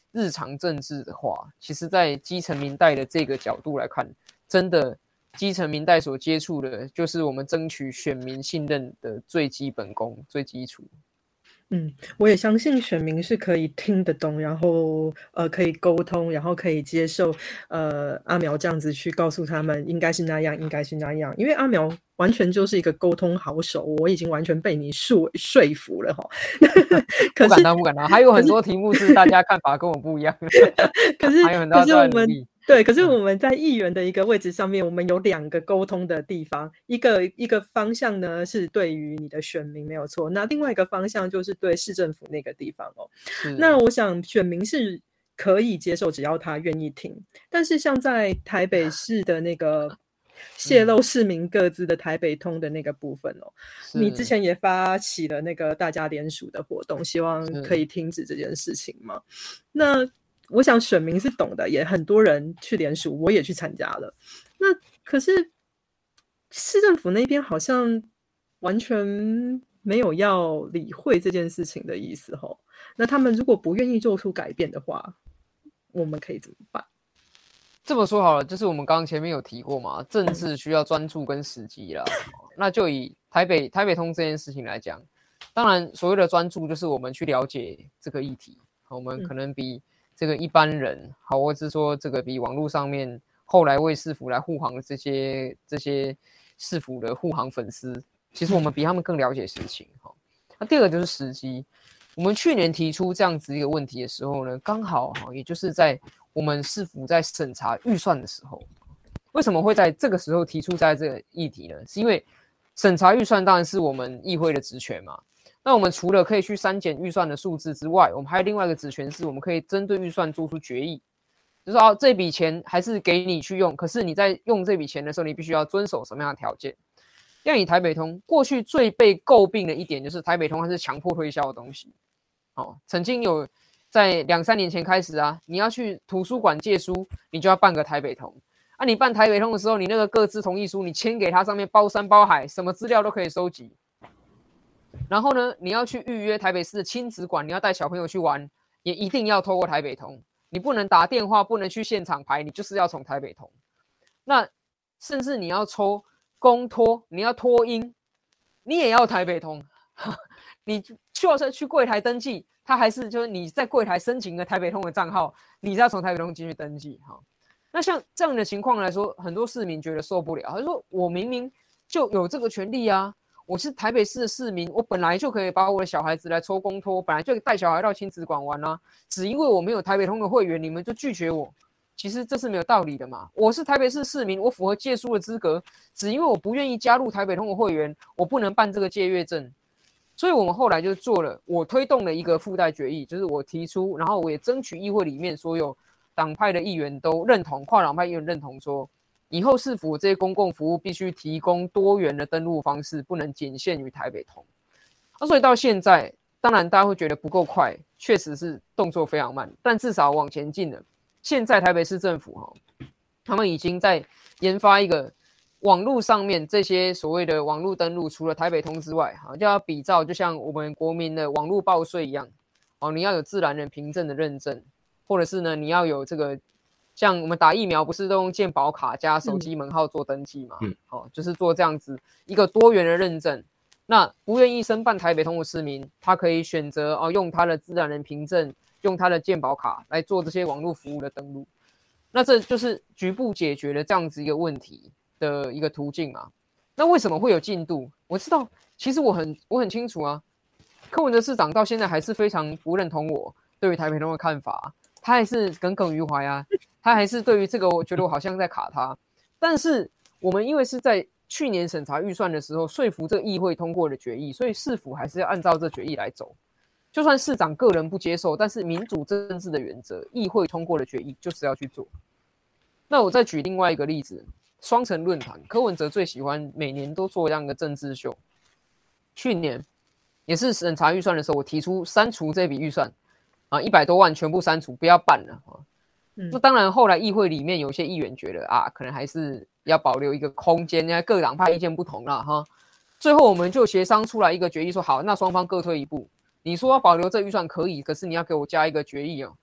日常政治的话，其实在基层民代的这个角度来看，真的基层民代所接触的就是我们争取选民信任的最基本功、最基础。 嗯，我也相信选民是可以听得懂，然后呃可以沟通，然后可以接受呃阿苗这样子去告诉他们应该是那样，应该是那样，因为阿苗完全就是一个沟通好手，我已经完全被你说说服了哈。 不敢当，不敢当，还有很多题目是大家看法跟我不一样。 可是还有很多可是我们。对，可是嗯我们在议员的一个位置上面，我们有两个沟通的地方，一个一个方向呢是对于你的选民没有错，那另外一个方向就是对市政府那个地方哦。那我想选民是可以接受，只要他愿意听。但是像在台北市的那个泄露市民个资的台北通的那个部分哦，你之前也发起了那个大家联署的活动，希望可以停止这件事情嘛？那我想选民是懂的，也很多人去联署，我也去参加了。那可是市政府那边好像完全没有要理会这件事情的意思吼。那他们如果不愿意做出改变的话，我们可以怎么办？ 这么说好了，就是我们刚刚前面有提过嘛，政治需要专注跟时机啦。那就以台北台北通这件事情来讲，当然所谓的专注就是我们去了解这个议题，我们可能比、嗯这个一般人好，或是说这个比网络上面后来为市府来护航的这些这些市府的护航粉丝，其实我们比他们更了解事情。那第二个就是时机，我们去年提出这样子一个问题的时候呢，刚好也就是在我们市府在审查预算的时候。为什么会在这个时候提出在这个议题呢？是因为审查预算当然是我们议会的职权嘛。那我们除了可以去删减预算的数字之外，我们还有另外一个职权是我们可以针对预算做出决议，就是说、啊、这笔钱还是给你去用，可是你在用这笔钱的时候，你必须要遵守什么样的条件。像以台北通过去最被诟病的一点就是台北通它是强迫推销的东西。哦，曾经有在两三年前开始啊，你要去图书馆借书，你就要办个台北通。啊，你办台北通的时候，你那个各自同意书，你签给他，上面包山包海，什么资料都可以收集。然后呢，你要去预约台北市的亲子馆，你要带小朋友去玩，也一定要透过台北通。你不能打电话，不能去现场排，你就是要从台北通。那甚至你要抽公托，你要托婴，你也要台北通。你就是去柜台登记，他还是就是你在柜台申请个台北通的账号，你要从台北通进去登记。那像这样的情况来说，很多市民觉得受不了，他说我明明就有这个权利啊。我是台北市的市民，我本来就可以把我的小孩子来抽公托，本来就带小孩到亲子馆玩啊。只因为我没有台北通的会员，你们就拒绝我，其实这是没有道理的嘛。我是台北市市民，我符合借书的资格，只因为我不愿意加入台北通的会员，我不能办这个借阅证。所以我们后来就做了，我推动了一个附带决议，就是我提出，然后我也争取议会里面所有党派的议员都认同，跨党派议员认同说。以后市府这些公共服务必须提供多元的登录方式，不能仅限于台北通。那、啊、所以到现在，当然大家会觉得不够快，确实是动作非常慢，但至少往前进了。现在台北市政府哈，他们已经在研发一个网络上面这些所谓的网络登录，除了台北通之外，哈，就要比照就像我们国民的网络报税一样，哦，你要有自然人凭证的认证，或者是呢，你要有这个。像我们打疫苗不是都用健保卡加手机门号做登记嘛？嗯，哦，就是做这样子一个多元的认证。那不愿意申办台北通的市民，他可以选择哦用他的自然人凭证，用他的健保卡来做这些网络服务的登录。那这就是局部解决了这样子一个问题的一个途径嘛。那为什么会有进度？我知道，其实我很我很清楚啊。柯文哲市长到现在还是非常不认同我对于台北通的看法，他还是耿耿于怀啊。他还是对于这个，我觉得我好像在卡他。但是我们因为是在去年审查预算的时候说服这个议会通过的决议，所以市府还是要按照这决议来走。就算市长个人不接受，但是民主政治的原则，议会通过的决议就是要去做。那我再举另外一个例子，双城论坛，柯文哲最喜欢每年都做这样的政治秀。去年也是审查预算的时候，我提出删除这笔预算啊，一百多万全部删除，不要办了啊。那当然，后来议会里面有些议员觉得啊，可能还是要保留一个空间，因为各党派意见不同啦哈。最后我们就协商出来一个决议，说好，那双方各退一步。你说要保留这预算可以，可是你要给我加一个决议哦。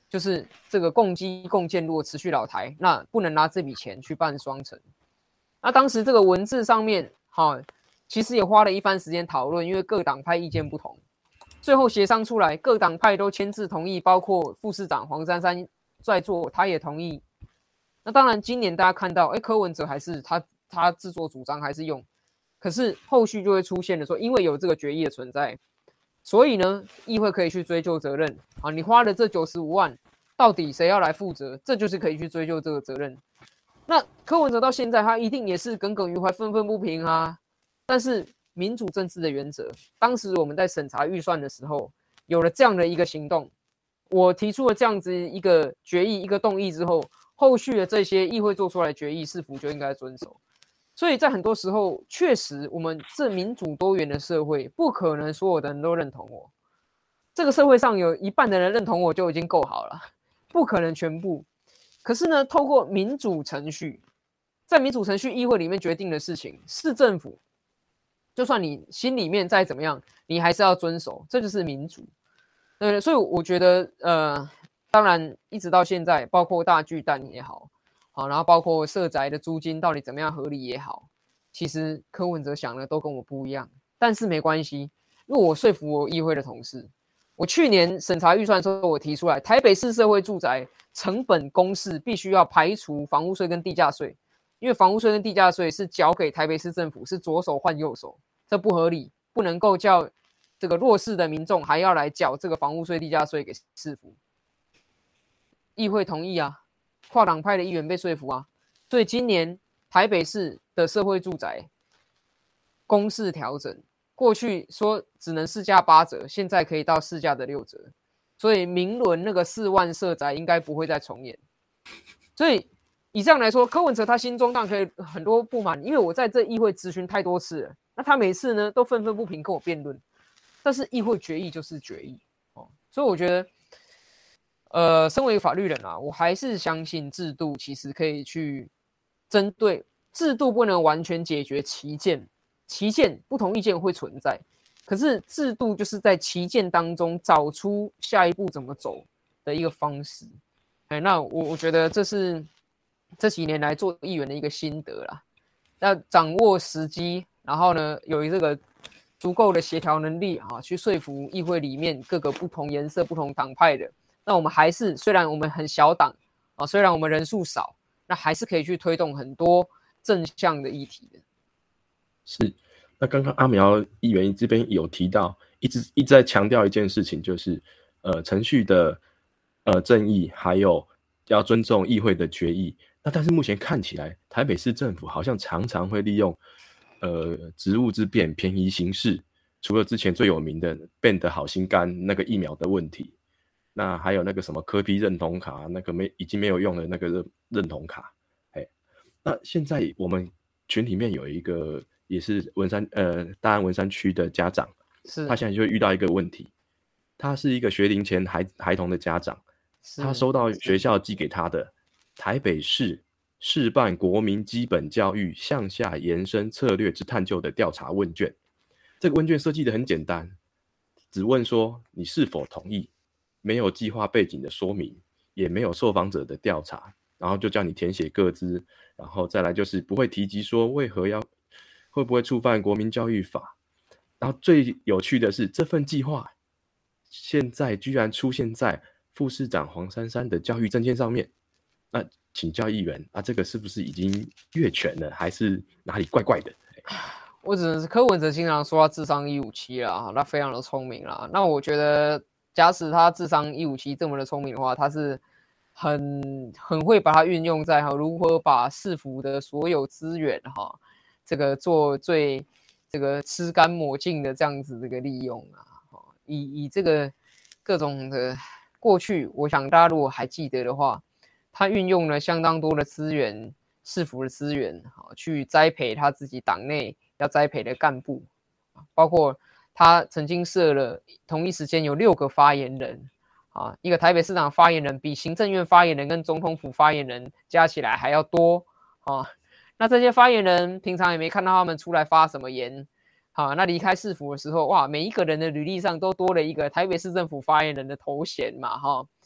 就是这个共机共建如果持续老台，那不能拿这笔钱去办双城。那当时这个文字上面，哈，其实也花了一番时间讨论，因为各党派意见不同，最后协商出来，各党派都签字同意，包括副市长黄珊珊在座，他也同意。那当然，今年大家看到，哎，柯文哲还是他他自作主张还是用，可是后续就会出现了说，因为有这个决议的存在。所以呢，议会可以去追究责任啊！你花了这九十五万，到底谁要来负责？这就是可以去追究这个责任。那柯文哲到现在，他一定也是耿耿于怀、愤愤不平啊。但是民主政治的原则，当时我们在审查预算的时候，有了这样的一个行动，我提出了这样子一个决议、一个动议之后，后续的这些议会做出来的决议，是否就应该遵守？所以在很多时候，确实我们这民主多元的社会，不可能所有的人都认同我。这个社会上有一半的人认同我就已经够好了，不可能全部。可是呢，透过民主程序，在民主程序议会里面决定的事情，市政府就算你心里面再怎么样，你还是要遵守，这就是民主。对，所以我觉得，呃，当然一直到现在，包括大巨蛋也好。好，然后包括社宅的租金到底怎么样合理也好，其实柯文哲想的都跟我不一样，但是没关系，因为我说服我议会的同事，我去年审查预算的时候，我提出来，台北市社会住宅成本公式必须要排除房屋税跟地价税，因为房屋税跟地价税是缴给台北市政府，是左手换右手，这不合理，不能够叫这个弱势的民众还要来缴这个房屋税、地价税给市府。议会同意啊。跨党派的议员被说服啊，所以今年台北市的社会住宅公式调整，过去说只能市价八折，现在可以到市价的六折，所以明伦那个四万社宅应该不会再重演。所以以这样来说，柯文哲他心中当然可以很多不满，因为我在这议会咨询太多次了，那他每次呢都愤愤不平跟我辩论，但是议会决议就是决议哦，所以我觉得。呃，身为法律人啊，我还是相信制度其实可以去针对制度，不能完全解决歧见，歧见不同意见会存在，可是制度就是在歧见当中找出下一步怎么走的一个方式。哎，那我我觉得这是这几年来做议员的一个心得啦。要掌握时机，然后呢，有这个足够的协调能力啊，去说服议会里面各个不同颜色、不同党派的。那我们还是虽然我们很小党啊，虽然我们人数少，那还是可以去推动很多正向的议题的。 是，那刚刚阿苗议员这边有提到，一直一直在强调一件事情，就是呃程序的呃正义，还有要尊重议会的决议。那但是目前看起来，台北市政府好像常常会利用呃职务之便便宜行事，除了之前最有名的变得好心肝那个疫苗的问题。那还有那个什么柯 P 认同卡，那个没已经没有用的那个 认, 认同卡，哎，那现在我们群里面有一个也是文山呃大安文山区的家长， 是他现在就会遇到一个问题，他是一个学龄前孩孩童的家长，他收到学校寄给他的台北市市办国民基本教育向下延伸策略之探究的调查问卷，这个问卷设计的很简单，只问说你是否同意。没有计划背景的说明，也没有受访者的调查，然后就叫你填写个资，然后再来就是不会提及说为何要会不会触犯国民教育法，然后最有趣的是这份计划现在居然出现在副市长黄珊珊的教育政见上面，那请教议员啊，这个是不是已经越权了，还是哪里怪怪的？ 我只能是柯文哲经常说他智商一五七啦，他非常的聪明啦，那我觉得。假使他智商一五七这么的聪明的话，他是很很会把它运用在哈如何把市府的所有资源哈这个做最这个吃干抹净的这样子这个利用啊，以以这个各种的过去，我想大家如果还记得的话，他运用了相当多的资源，市府的资源哈去栽培他自己党内要栽培的干部，包括。他曾经设了同一时间有六个发言人啊，一个台北市长发言人比行政院发言人跟总统府发言人加起来还要多啊。那这些发言人平常也没看到他们出来发什么言啊。那离开市府的时候，哇，每一个人的履历上都多了一个台北市政府发言人的头衔嘛哈。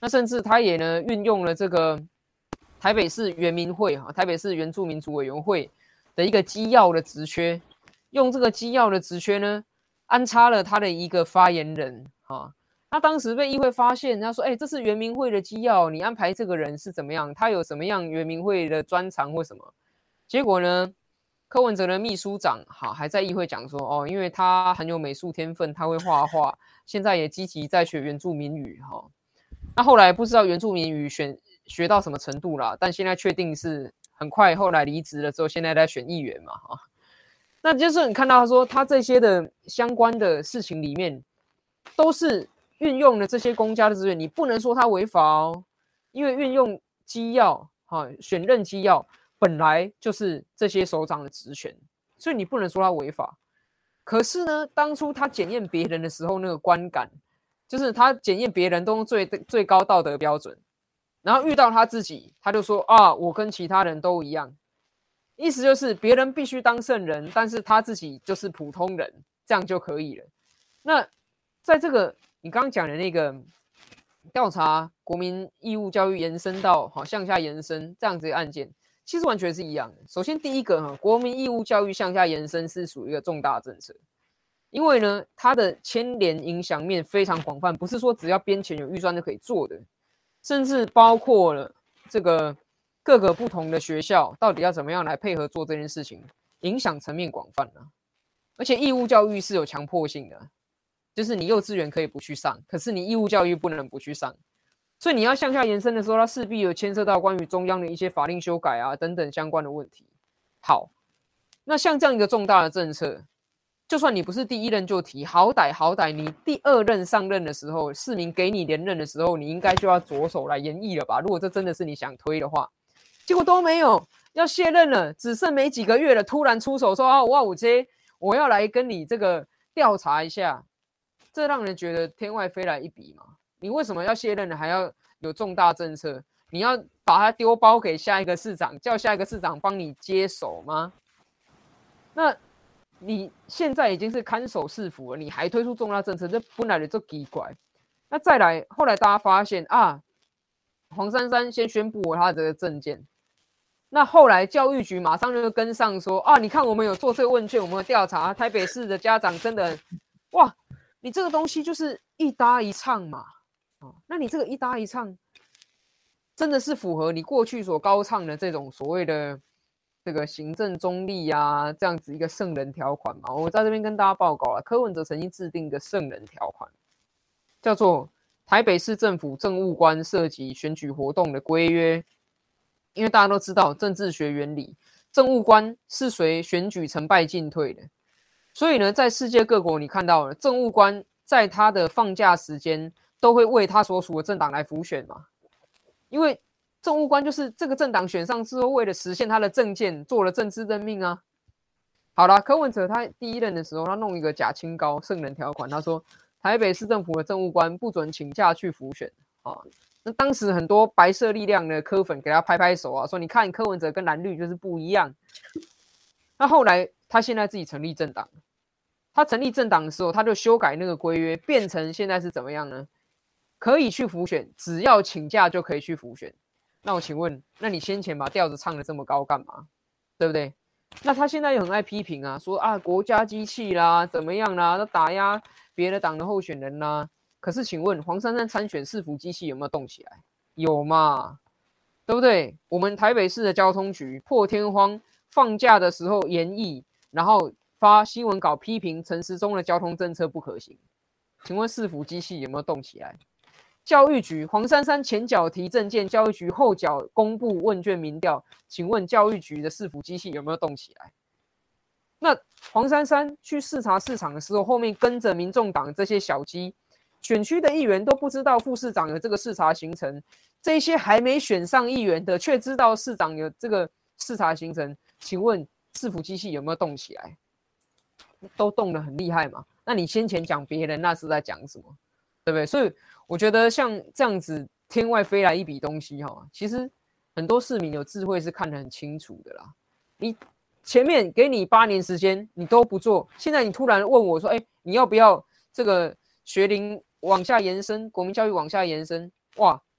那甚至他也呢运用了这个台北市原民会哈，台北市原住民族委员会的一个机要的职缺，用这个机要的职缺呢安插了他的一个发言人哈。他当时被议会发现，他说：“哎、欸，这是原民会的机要，你安排这个人是怎么样？他有什么样原民会的专长或什么？”结果呢，柯文哲的秘书长好还在议会讲说：“哦，因为他很有美术天分，他会画画，现在也积极在学原住民语哈。”那后来不知道原住民语选学到什么程度啦，但现在确定是很快后来离职了之后，现在在选议员嘛哈。那就是你看到他说他这些的相关的事情里面都是。运用了这些公家的资源，你不能说他违法哦，因为运用机要、啊、选任机要本来就是这些首长的职权，所以你不能说他违法。可是呢，当初他检验别人的时候，那个观感就是他检验别人都用最最高道德标准，然后遇到他自己，他就说啊，我跟其他人都一样，意思就是别人必须当圣人，但是他自己就是普通人，这样就可以了。那在这个你刚刚讲的那个调查国民义务教育延伸到好向下延伸这样子的案件，其实完全是一样的。首先第一个国民义务教育向下延伸是属于一个重大政策，因为呢它的牵连影响面非常广泛，不是说只要编钱有预算就可以做的，甚至包括了这个各个不同的学校到底要怎么样来配合做这件事情，影响层面广泛啊。而且义务教育是有强迫性的，就是你幼稚园可以不去上，可是你义务教育不能不去上，所以你要向下延伸的时候，它势必有牵涉到关于中央的一些法令修改啊等等相关的问题。好，那像这样一个重大的政策，就算你不是第一任就提，好歹好歹你第二任上任的时候，市民给你连任的时候，你应该就要着手来研议了吧？如果这真的是你想推的话，结果都没有，要卸任了，只剩没几个月了，突然出手说啊，哇，我这我要来跟你这个调查一下。这让人觉得天外飞来一笔嘛？你为什么要卸任了，还要有重大政策？你要把它丢包给下一个市长，叫下一个市长帮你接手吗？那你现在已经是看守市府了，你还推出重大政策，这本来就奇怪。那再来，后来大家发现啊，黄珊珊先宣布他的政见，那后来教育局马上就跟上说啊，你看我们有做这个问卷，我们有调查台北市的家长真的哇。你这个东西就是一搭一唱嘛，哦，那你这个一搭一唱，真的是符合你过去所高唱的这种所谓的这个行政中立啊，这样子一个圣人条款嘛？我在这边跟大家报告啊，柯文哲曾经制定一个圣人条款，叫做台北市政府政务官涉及选举活动的规约。因为大家都知道政治学原理，政务官是随选举成败进退的。所以呢，在世界各国，你看到了政务官在他的放假时间都会为他所属的政党来辅选嘛，因为政务官就是这个政党选上之后，为了实现他的政见，做了政治任命啊。好啦，柯文哲他第一任的时候，他弄一个假清高圣人条款，他说台北市政府的政务官不准请假去辅选啊。那当时很多白色力量的柯粉给他拍拍手啊，说你看柯文哲跟蓝绿就是不一样。那后来他现在自己成立政党，他成立政党的时候，他就修改那个规约，变成现在是怎么样呢？可以去辅选，只要请假就可以去辅选。那我请问，那你先前把调子唱得这么高干嘛？对不对？那他现在也很爱批评啊，说啊国家机器啦，怎么样啦，都打压别的党的候选人啦。可是请问黄珊珊参选市府机器有没有动起来？有嘛？对不对？我们台北市的交通局破天荒放假的时候研议，然后发新闻稿批评陈时中的交通政策不可行。请问市府机器有没有动起来？教育局黄珊珊前脚提政见，教育局后脚公布问卷民调，请问教育局的市府机器有没有动起来？那黄珊珊去视察市场的时候，后面跟着民众党这些小鸡，选区的议员都不知道副市长有这个视察行程，这些还没选上议员的却知道市长有这个视察行程，请问市府机器有没有动起来？都动得很厉害嘛。那你先前讲别人，那是在讲什么？对不对？所以我觉得像这样子天外飞来一笔东西哈，其实很多市民有智慧是看得很清楚的啦。你前面给你八年时间，你都不做，现在你突然问我说，哎，你要不要这个学龄往下延伸，国民教育往下延伸？哇，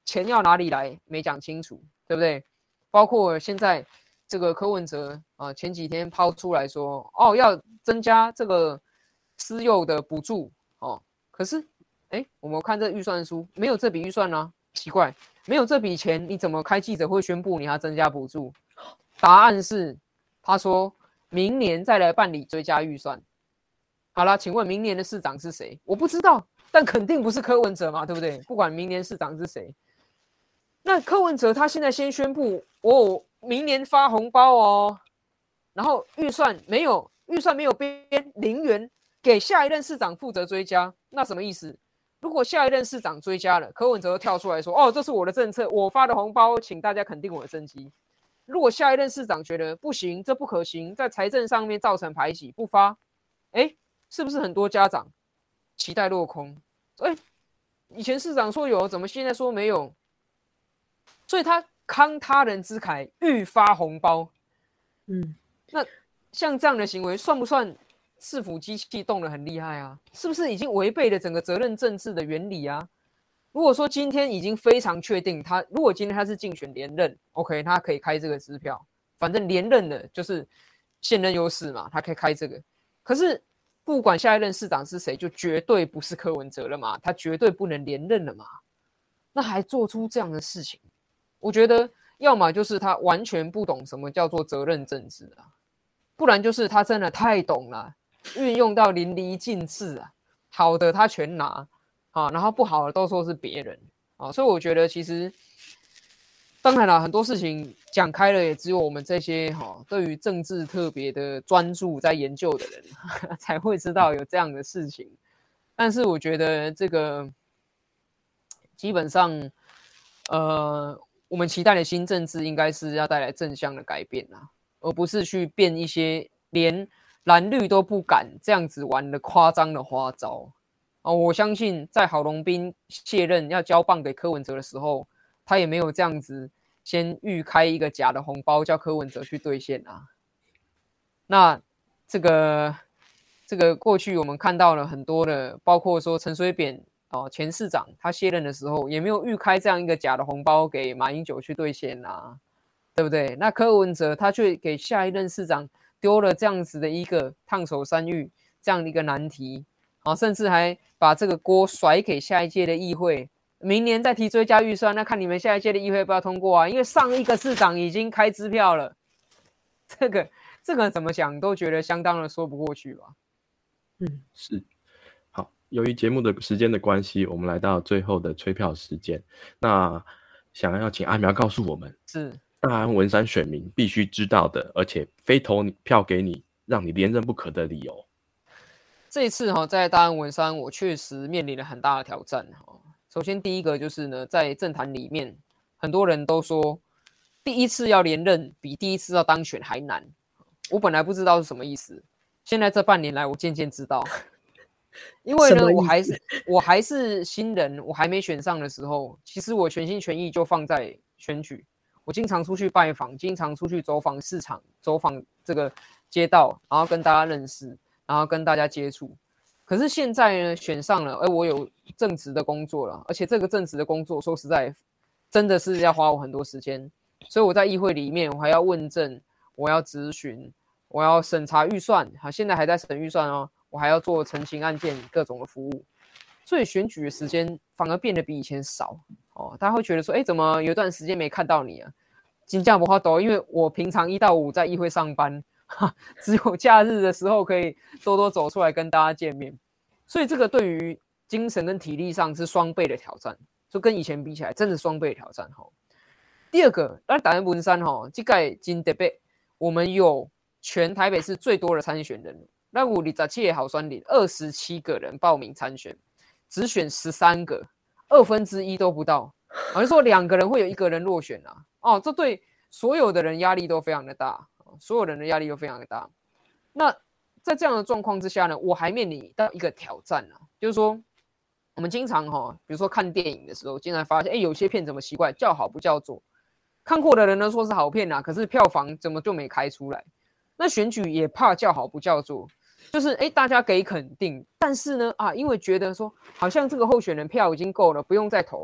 钱要哪里来没讲清楚，对不对？包括现在这个柯文哲啊、呃，前几天抛出来说，哦，要增加这个私幼的补助哦，可是哎，我们看这预算书没有这笔预算啊，奇怪，没有这笔钱，你怎么开记者会宣布你要增加补助？答案是他说明年再来办理追加预算。好啦，请问明年的市长是谁？我不知道，但肯定不是柯文哲嘛，对不对？不管明年市长是谁，那柯文哲他现在先宣布，哦，明年发红包哦，然后预算没有，预算没有编零元给下一任市长负责追加，那什么意思？如果下一任市长追加了，柯文哲跳出来说，哦，这是我的政策，我发的红包，请大家肯定我的政绩。如果下一任市长觉得不行，这不可行，在财政上面造成排挤，不发，哎。是不是很多家长期待落空？哎，以前市长说有，怎么现在说没有？所以他慷他人之慨，欲发红包。嗯，那像这样的行为，算不算市府机器动得很厉害啊？是不是已经违背了整个责任政治的原理啊？如果说今天已经非常确定他，如果今天他是竞选连任 ，OK， 他可以开这个支票，反正连任的就是现任优势嘛，他可以开这个。可是不管下一任市长是谁，就绝对不是柯文哲了嘛，他绝对不能连任了嘛。那还做出这样的事情，我觉得要么就是他完全不懂什么叫做责任政治啊，不然就是他真的太懂了，运用到淋漓尽致啊，好的他全拿啊，然后不好的都说是别人啊，所以我觉得其实。当然啦，很多事情讲开了，也只有我们这些哈、哦、对于政治特别的专注在研究的人呵呵才会知道有这样的事情。但是我觉得这个基本上，呃，我们期待的新政治应该是要带来正向的改变啦，而不是去变一些连蓝绿都不敢这样子玩的夸张的花招。哦，我相信在郝龙斌卸任要交棒给柯文哲的时候。他也没有这样子先预开一个假的红包叫柯文哲去兑现啊。那这个这个过去我们看到了很多的，包括说陈水扁哦前市长他卸任的时候也没有预开这样一个假的红包给马英九去兑现啊，对不对？那柯文哲他却给下一任市长丢了这样子的一个烫手山芋这样的一个难题啊，甚至还把这个锅甩给下一届的议会。明年再提追加预算，那看你们下一届的议会要不要通过啊？因为上一个市长已经开支票了，这个这个怎么想都觉得相当的说不过去吧。 嗯，是。好，由于节目的时间的关系，我们来到最后的催票时间。那想要请阿苗告诉我们， 是大安文山选民必须知道的，而且非投票给你，让你连任不可的理由。 这一次哈，在大安文山，我确实面临了很大的挑战哈。首先，第一个就是呢，在政坛里面，很多人都说，第一次要连任比第一次要当选还难。我本来不知道是什么意思，现在这半年来，我渐渐知道。因为呢，我还是我还是新人，我还没选上的时候，其实我全心全意就放在选举。我经常出去拜访，经常出去走访市场，走访这个街道，然后跟大家认识，然后跟大家接触。可是现在呢，选上了，哎，我有正职的工作了，而且这个正职的工作，说实在，真的是要花我很多时间。所以我在议会里面，我还要问政，我要质询，我要审查预算，好，现在还在审预算哦，我还要做陈情案件各种的服务，所以选举的时间反而变得比以前少哦。大家会觉得说，哎，怎么有一段时间没看到你啊？真的没办法，因为我平常一到五在议会上班。只有假日的时候可以多多走出来跟大家见面，所以这个对于精神跟体力上是双倍的挑战，就跟以前比起来真的双倍的挑战。第二个，咱大安文山这个很特别，我们有全台北市最多的参选人，那有二十七个候选人，二十七个人报名参选，只选十三个，二分之一都不到，好像说两个人会有一个人落选啊，哦，这对所有的人压力都非常的大。所有人的压力都非常的大。那在这样的状况之下呢，我还面临到一个挑战啊，就是说，我们经常哈，比如说看电影的时候，经常发现，哎，有些片怎么奇怪，叫好不叫座。看过的人呢说是好片啊，可是票房怎么就没开出来？那选举也怕叫好不叫座，就是哎，大家给肯定，但是呢啊，因为觉得说好像这个候选人票已经够了，不用再投了，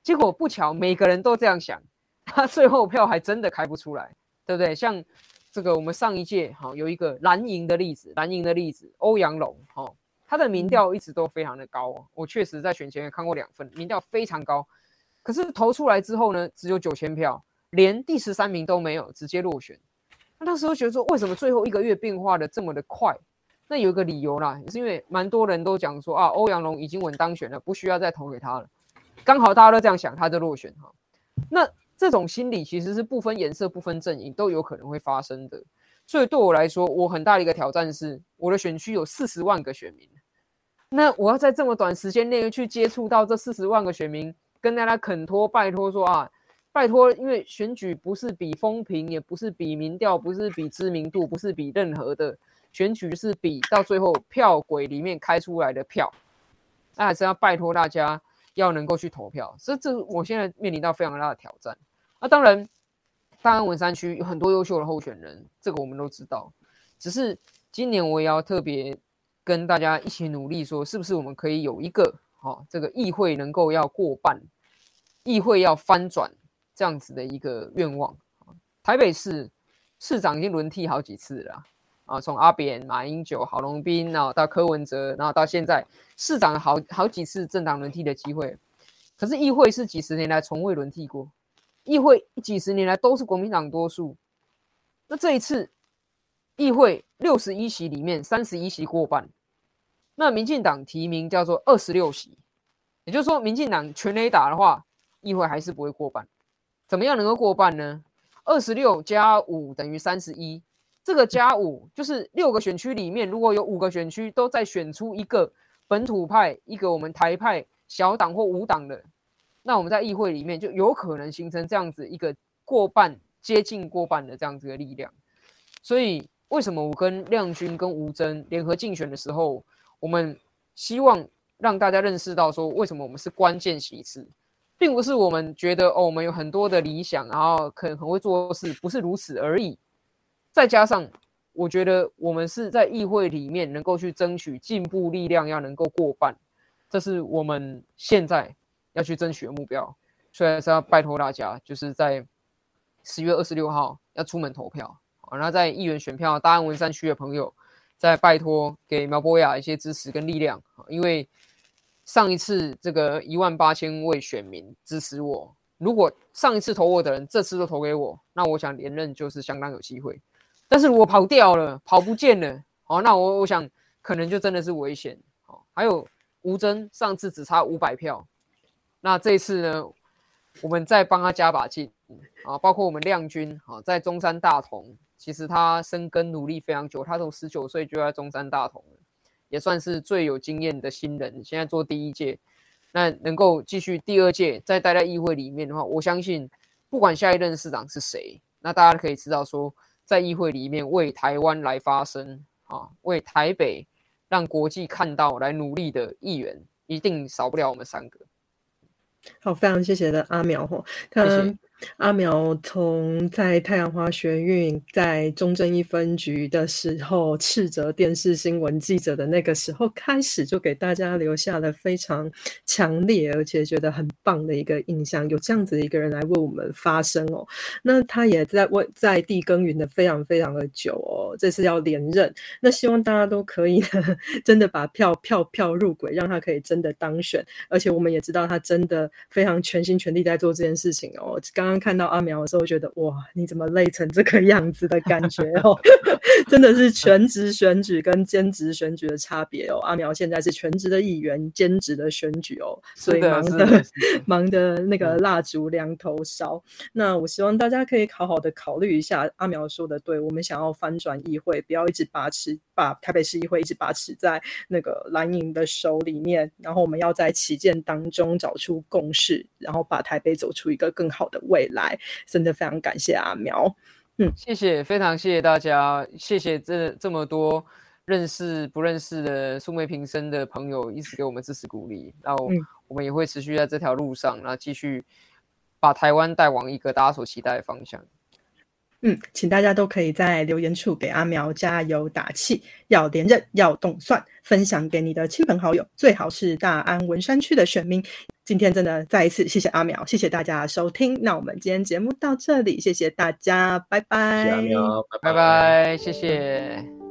结果不巧每个人都这样想，他最后票还真的开不出来，对不对？像这个我们上一届哈有一个蓝营的例子，蓝营的例子欧阳龙哈，他的民调一直都非常的高、哦，我确实在选前也看过两份，民调非常高，可是投出来之后呢，只有九千票，连第十三名都没有，直接落选。那时候觉得说，为什么最后一个月变化的这么的快？那有一个理由啦，也是因为蛮多人都讲说啊，欧阳龙已经稳当选了，不需要再投给他了。刚好大家都这样想，他就落选哈。那这种心理其实是不分颜色、不分阵营都有可能会发生的。所以对我来说，我很大的一个挑战是，我的选区有四十万个选民，那我要在这么短时间内去接触到这四十万个选民，跟大家恳托拜托说啊，拜托，因为选举不是比风评，也不是比民调，不是比知名度，不是比任何的，选举是比到最后票轨里面开出来的票，那还是要拜托大家要能够去投票，所以这我现在面临到非常大的挑战。那当然，大安文山区有很多优秀的候选人，这个我们都知道。只是今年我也要特别跟大家一起努力说，是不是我们可以有一个哦，这个议会能够要过半，议会要翻转这样子的一个愿望。台北市市长已经轮替好几次了啦。啊，从阿扁、马英九、郝龙斌，然后到柯文哲，然后到现在市长好好几次政党轮替的机会，可是议会是几十年来从未轮替过，议会几十年来都是国民党多数。那这一次议会六十一席里面三十一席过半，那民进党提名叫做二十六席，也就是说民进党全垒打的话，议会还是不会过半。怎么样能够过半呢？二十六加五等于三十一。这个加五就是六个选区里面，如果有五个选区都再选出一个本土派、一个我们台派小党或无党的，那我们在议会里面就有可能形成这样子一个过半、接近过半的这样子的力量。所以为什么我跟亮君跟吴峥联合竞选的时候，我们希望让大家认识到说，为什么我们是关键席次，并不是我们觉得哦，我们有很多的理想，然后可能很会做事，不是如此而已。再加上我觉得我们是在议会里面能够去争取进步力量要能够过半，这是我们现在要去争取的目标。所以还是要拜托大家，就是在十月二十六号要出门投票。然后在议员选票大安文山区的朋友，再拜托给苗博雅一些支持跟力量，因为上一次这个一万八千位选民支持我，如果上一次投我的人这次都投给我，那我想连任就是相当有机会。但是如果跑掉了，跑不见了，哦，那我我想可能就真的是危险。哦，还有吴峥上次只差五百票，那这一次呢，我们再帮他加把劲啊，包括我们亮君啊，在中山大同，其实他深耕努力非常久，他从十九岁就在中山大同了，也算是最有经验的新人，现在做第一届，那能够继续第二届再待在议会里面的话，我相信不管下一任市长是谁，那大家可以知道说，在议会里面为台湾来发声啊，为台北让国际看到来努力的议员，一定少不了我们三个。 好，非常谢谢的阿苗吼，他谢谢。 阿苗从在太阳花学运在中正一分局的时候，斥责电视新闻记者的那个时候开始，就给大家留下了非常强烈而且觉得很棒的一个印象，有这样子的一个人来为我们发声哦。那他也在为在地耕耘的非常非常的久哦，这次要连任，那希望大家都可以呢，真的把票票票入轨，让他可以真的当选。而且我们也知道他真的非常全心全力在做这件事情哦。刚刚看到阿苗的时候，觉得哇，你怎么累成这个样子的感觉哦？真的是全职选举跟兼职选举的差别哦。阿苗现在是全职的议员，兼职的选举哦，所以忙的忙的那个蜡烛两头烧。那我希望大家可以好好的考虑一下，阿苗说的对，我们想要翻转议会，不要一直把持把台北市议会一直把持在那个蓝营的手里面，然后我们要在旗舰当中找出共识，然后把台北走出一个更好的未来。真的非常感谢阿苗。嗯， 谢谢，非常谢谢大家，谢谢这这么多认识不认识的素昧平生的朋友一直给我们支持鼓励，然后我们也会持续在这条路上，然后继续把台湾带往一个大家所期待的方向。 嗯，请大家都可以在留言处给阿苗加油打气，要连任，要动算，分享给你的亲朋好友，最好是大安文山区的选民。今天真的再一次谢谢阿苗，谢谢大家收听。那我们今天节目到这里，谢谢大家，拜拜。 谢谢阿苗， 拜拜，谢谢。